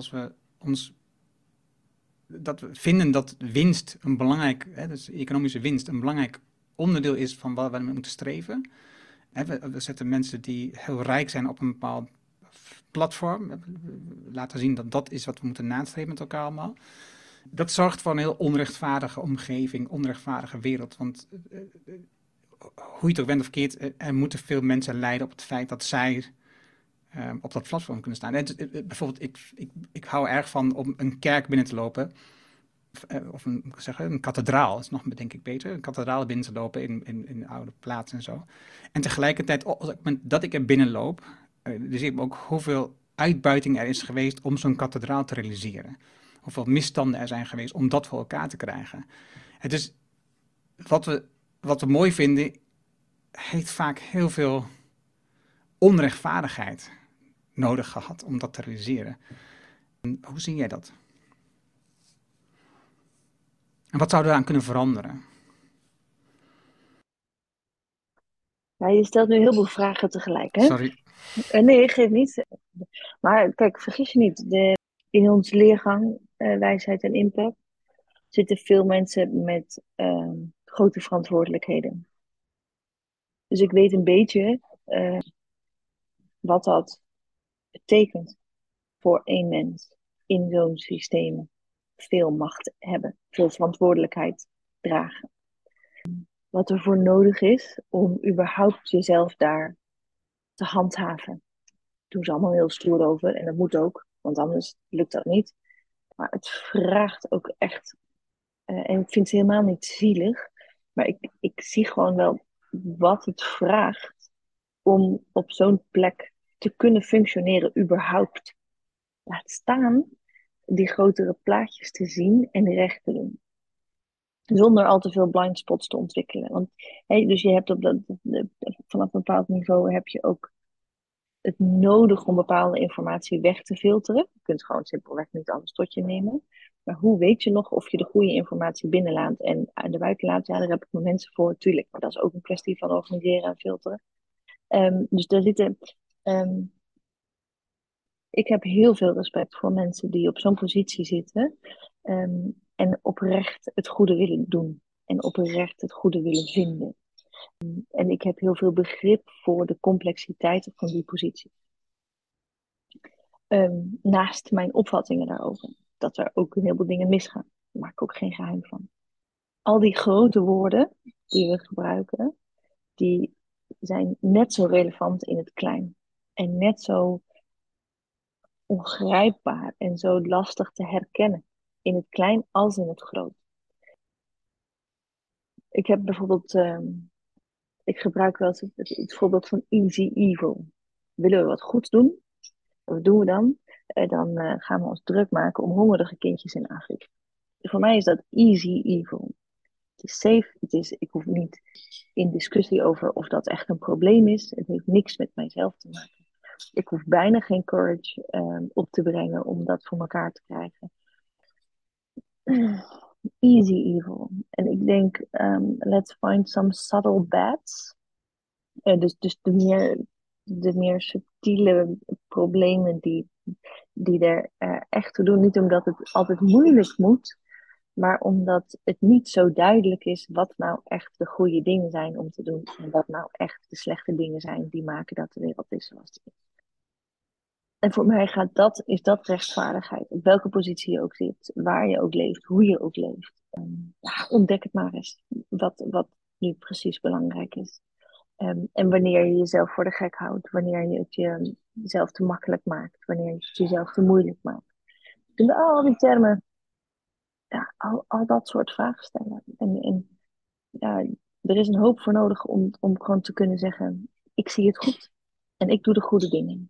S1: dat we vinden dat winst een belangrijk, hè, dus economische winst een belangrijk onderdeel is van waar we mee moeten streven. Hè, we zetten mensen die heel rijk zijn op een bepaald platform. We laten zien dat dat is wat we moeten nastreven met elkaar allemaal. Dat zorgt voor een heel onrechtvaardige omgeving, onrechtvaardige wereld. Want hoe je het ook bent of verkeerd, er moeten veel mensen lijden op het feit dat zij op dat platform kunnen staan. Bijvoorbeeld, ik hou erg van om een kerk binnen te lopen. Of een kathedraal, is nog denk ik beter. Een kathedraal binnen te lopen in de oude plaats en zo. En tegelijkertijd, op het moment dat ik er binnenloop, dan zie ik ook hoeveel uitbuiting er is geweest om zo'n kathedraal te realiseren. Hoeveel misstanden er zijn geweest om dat voor elkaar te krijgen. Het is wat we mooi vinden, heeft vaak heel veel onrechtvaardigheid nodig gehad om dat te realiseren. En hoe zie jij dat? En wat zouden we aan kunnen veranderen?
S3: Ja, je stelt nu heel veel vragen tegelijk, hè?
S1: Sorry.
S3: Nee, geef niet. Maar kijk, vergis je niet. In onze leergang, wijsheid en impact, zitten veel mensen met grote verantwoordelijkheden. Dus ik weet een beetje wat dat betekent. voor één mens in zo'n systeem veel macht hebben, veel verantwoordelijkheid dragen. Wat er voor nodig is om überhaupt jezelf daar te handhaven. Doen ze allemaal heel stoer over en dat moet ook, want anders lukt dat niet. Maar het vraagt ook echt, en ik vind het helemaal niet zielig, maar ik zie gewoon wel wat het vraagt om op zo'n plek te kunnen functioneren überhaupt. Laat staan die grotere plaatjes te zien en recht te doen. Zonder al te veel blind spots te ontwikkelen. Want, dus je hebt vanaf een bepaald niveau heb je ook het nodig om bepaalde informatie weg te filteren. Je kunt gewoon simpelweg niet alles tot je nemen. Maar hoe weet je nog of je de goede informatie binnenlaat en aan de buiten laat? Ja, daar heb ik mijn mensen voor, tuurlijk. Maar dat is ook een kwestie van organiseren en filteren. Dus daar zitten... ik heb heel veel respect voor mensen die op zo'n positie zitten. En oprecht het goede willen doen. En oprecht het goede willen vinden. En ik heb heel veel begrip voor de complexiteit van die positie. Naast mijn opvattingen daarover. Dat er ook een heleboel dingen misgaan. Daar maak ik ook geen geheim van. Al die grote woorden die we gebruiken, die zijn net zo relevant in het klein. En net zo ongrijpbaar en zo lastig te herkennen. In het klein als in het groot. Ik heb bijvoorbeeld, ik gebruik wel eens het voorbeeld van easy evil. Willen we wat goeds doen? Wat doen we dan? Dan gaan we ons druk maken om hongerige kindjes in Afrika. Voor mij is dat easy evil. Het is safe, ik hoef niet in discussie over of dat echt een probleem is. Het heeft niks met mijzelf te maken. Ik hoef bijna geen courage op te brengen om dat voor elkaar te krijgen. Easy evil. En ik denk, let's find some subtle bats. Dus de meer subtiele problemen die er echt toe doen. Niet omdat het altijd moeilijk moet, maar omdat het niet zo duidelijk is wat nou echt de goede dingen zijn om te doen. En wat nou echt de slechte dingen zijn die maken dat de wereld is zoals die is. En voor mij is dat rechtvaardigheid. Op welke positie je ook zit, waar je ook leeft, hoe je ook leeft. Ontdek het maar eens, wat nu precies belangrijk is. En wanneer je jezelf voor de gek houdt, wanneer je het jezelf te makkelijk maakt, wanneer je het jezelf te moeilijk maakt. En al die termen, ja, al dat soort vragen stellen. En ja, er is een hoop voor nodig om gewoon te kunnen zeggen, ik zie het goed en ik doe de goede dingen.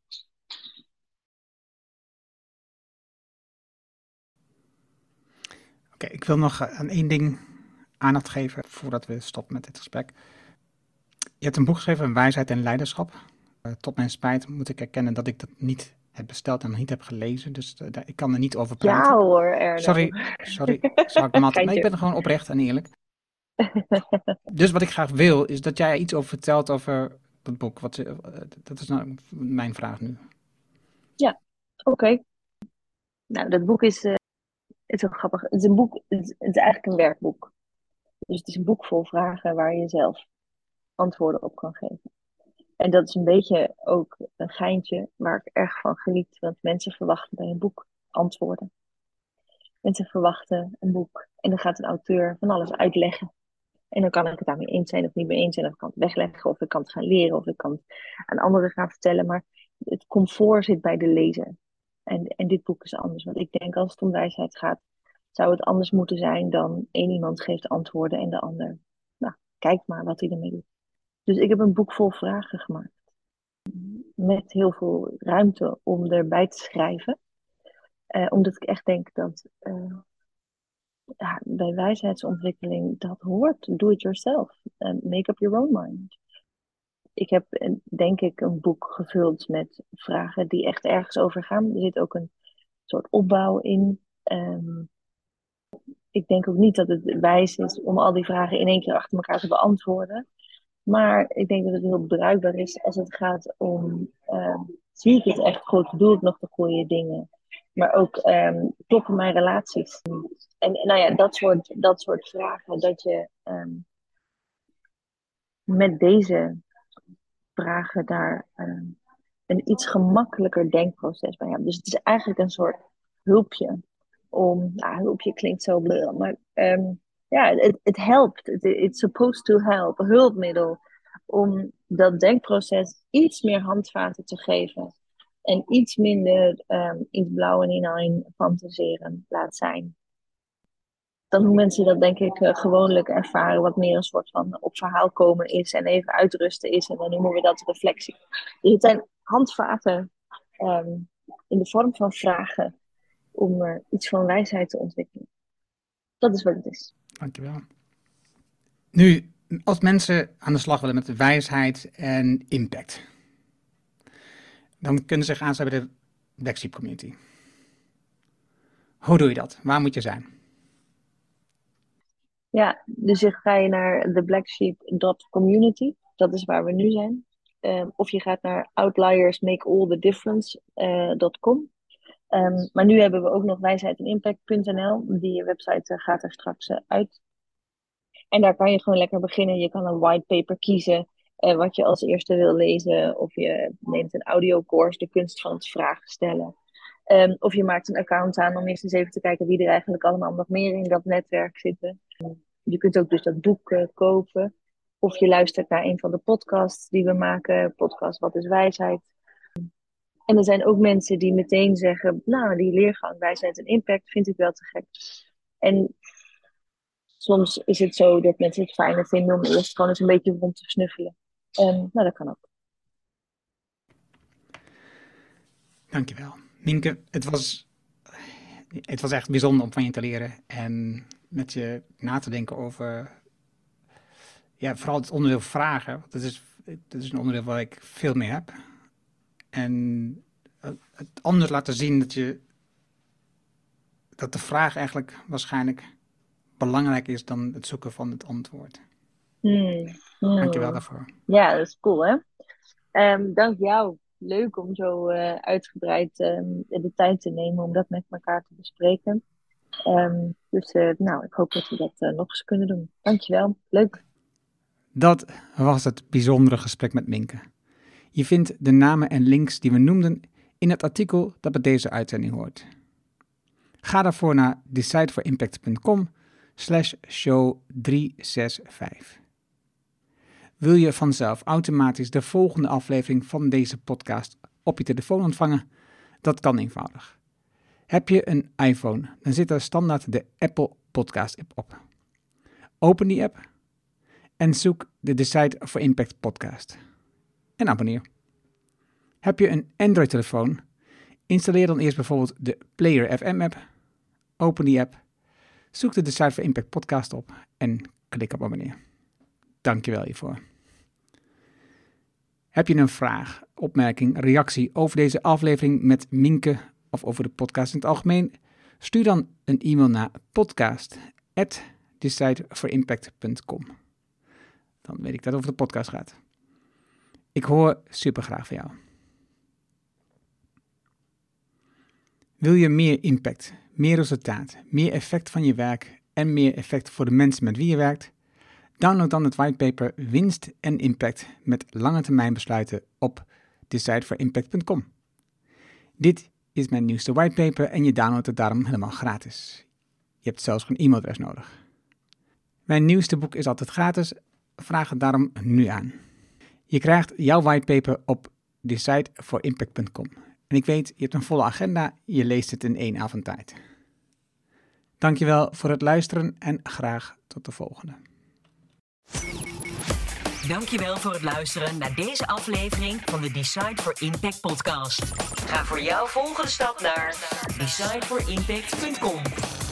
S1: Oké, ik wil nog aan één ding aandacht geven voordat we stoppen met dit gesprek. Je hebt een boek geschreven, Wijsheid en Leiderschap. Tot mijn spijt moet ik erkennen dat ik dat niet heb besteld en nog niet heb gelezen. Dus ik kan er niet over praten.
S3: Ja hoor, Erno.
S1: Sorry. Nee, ik ben gewoon oprecht en eerlijk. Dus wat ik graag wil, is dat jij iets over vertelt over dat boek. Dat is nou mijn vraag nu.
S3: Ja, oké. Nou, dat boek is heel grappig. Het is een boek, het is eigenlijk een werkboek. Dus het is een boek vol vragen waar je zelf antwoorden op kan geven. En dat is een beetje ook een geintje waar ik erg van geniet. Want mensen verwachten bij een boek antwoorden. Mensen verwachten een boek. En dan gaat een auteur van alles uitleggen. En dan kan ik het daarmee eens zijn of niet mee eens zijn. Of ik kan het wegleggen, of ik kan het gaan leren, of ik kan het aan anderen gaan vertellen. Maar het comfort zit bij de lezer. En dit boek is anders. Want ik denk, als het om wijsheid gaat, zou het anders moeten zijn dan één iemand geeft antwoorden en de ander, nou, kijk maar wat hij ermee doet. Dus ik heb een boek vol vragen gemaakt. Met heel veel ruimte om erbij te schrijven. Omdat ik echt denk dat bij wijsheidsontwikkeling dat hoort. Do it yourself. Make up your own mind. Ik heb denk ik een boek gevuld met vragen die echt ergens over gaan. Er zit ook een soort opbouw in. Ik denk ook niet dat het wijs is om al die vragen in één keer achter elkaar te beantwoorden. Maar ik denk dat het heel bruikbaar is als het gaat om, zie ik het echt goed, doe ik nog de goede dingen. Maar ook, kloppen mijn relaties. En nou ja, dat soort vragen, dat je met deze vragen daar een iets gemakkelijker denkproces bij hebben. Dus het is eigenlijk een soort hulpje. Hulpje klinkt zo bleu, maar het helpt. It's supposed to help. Een hulpmiddel om dat denkproces iets meer handvaten te geven. En iets minder in het blauw en ineen fantaseren laat zijn. Dan hoe mensen dat denk ik gewoonlijk ervaren, wat meer een soort van op verhaal komen is en even uitrusten is. En dan noemen we dat reflectie. Dus het zijn handvaten in de vorm van vragen om iets van wijsheid te ontwikkelen. Dat is wat het is.
S1: Dankjewel. Nu, als mensen aan de slag willen met wijsheid en impact, dan kunnen ze zich aansluiten bij de Black Sheep Community. Hoe doe je dat? Waar moet je zijn?
S3: Ja, dus ga je naar de blacksheep.community. Dat is waar we nu zijn. Of je gaat naar outliersmakeallthedifference.com. Maar nu hebben we ook nog wijsheidenimpact.nl. Die website gaat er straks uit. En daar kan je gewoon lekker beginnen. Je kan een whitepaper kiezen wat je als eerste wil lezen. Of je neemt een audiocourse, de kunst van het vragen stellen. Of je maakt een account aan om eerst eens even te kijken wie er eigenlijk allemaal nog meer in dat netwerk zitten. Je kunt ook dus dat boek kopen. Of je luistert naar een van de podcasts die we maken. Podcast Wat is Wijsheid? En er zijn ook mensen die meteen zeggen, nou, die leergang wijsheid en impact vind ik wel te gek. En soms is het zo dat mensen het fijner vinden om eerst gewoon eens een beetje rond te snuffelen. Nou, dat kan ook.
S1: Dankjewel. Mienke, het was echt bijzonder om van je te leren en met je na te denken over, vooral het onderdeel vragen. Want dat is een onderdeel waar ik veel mee heb. En het anders laten zien dat de vraag eigenlijk waarschijnlijk belangrijk is dan het zoeken van het antwoord. Dankjewel daarvoor.
S3: Ja, dat is cool, hè? Dank jou. Leuk om zo uitgebreid de tijd te nemen om dat met elkaar te bespreken. Ik hoop dat we dat nog eens kunnen doen. Dankjewel. Leuk.
S1: Dat was het bijzondere gesprek met Mienke. Je vindt de namen en links die we noemden in het artikel dat bij deze uitzending hoort. Ga daarvoor naar decideforimpact.com/show 365. Wil je vanzelf automatisch de volgende aflevering van deze podcast op je telefoon ontvangen? Dat kan eenvoudig. Heb je een iPhone, dan zit er standaard de Apple Podcast app op. Open die app en zoek de Decide for Impact podcast. En abonneer. Heb je een Android-telefoon? Installeer dan eerst bijvoorbeeld de Player FM app. Open die app. Zoek de Decide for Impact podcast op en klik op abonneer. Dankjewel hiervoor. Heb je een vraag, opmerking, reactie over deze aflevering met Mienke of over de podcast in het algemeen? Stuur dan een e-mail naar podcast@decideforimpact.com. Dan weet ik dat het over de podcast gaat. Ik hoor super graag van jou. Wil je meer impact, meer resultaat, meer effect van je werk en meer effect voor de mensen met wie je werkt? Download dan het whitepaper Winst en Impact met lange termijn besluiten op decideforimpact.com. Dit is mijn nieuwste whitepaper en je downloadt het daarom helemaal gratis. Je hebt zelfs geen e-mailadres nodig. Mijn nieuwste boek is altijd gratis, vraag het daarom nu aan. Je krijgt jouw whitepaper op decideforimpact.com. En ik weet, je hebt een volle agenda, je leest het in 1 avond tijd. Dankjewel voor het luisteren en graag tot de volgende.
S2: Dankjewel voor het luisteren naar deze aflevering van de Decide for Impact podcast. Ga voor jouw volgende stap naar decideforimpact.com.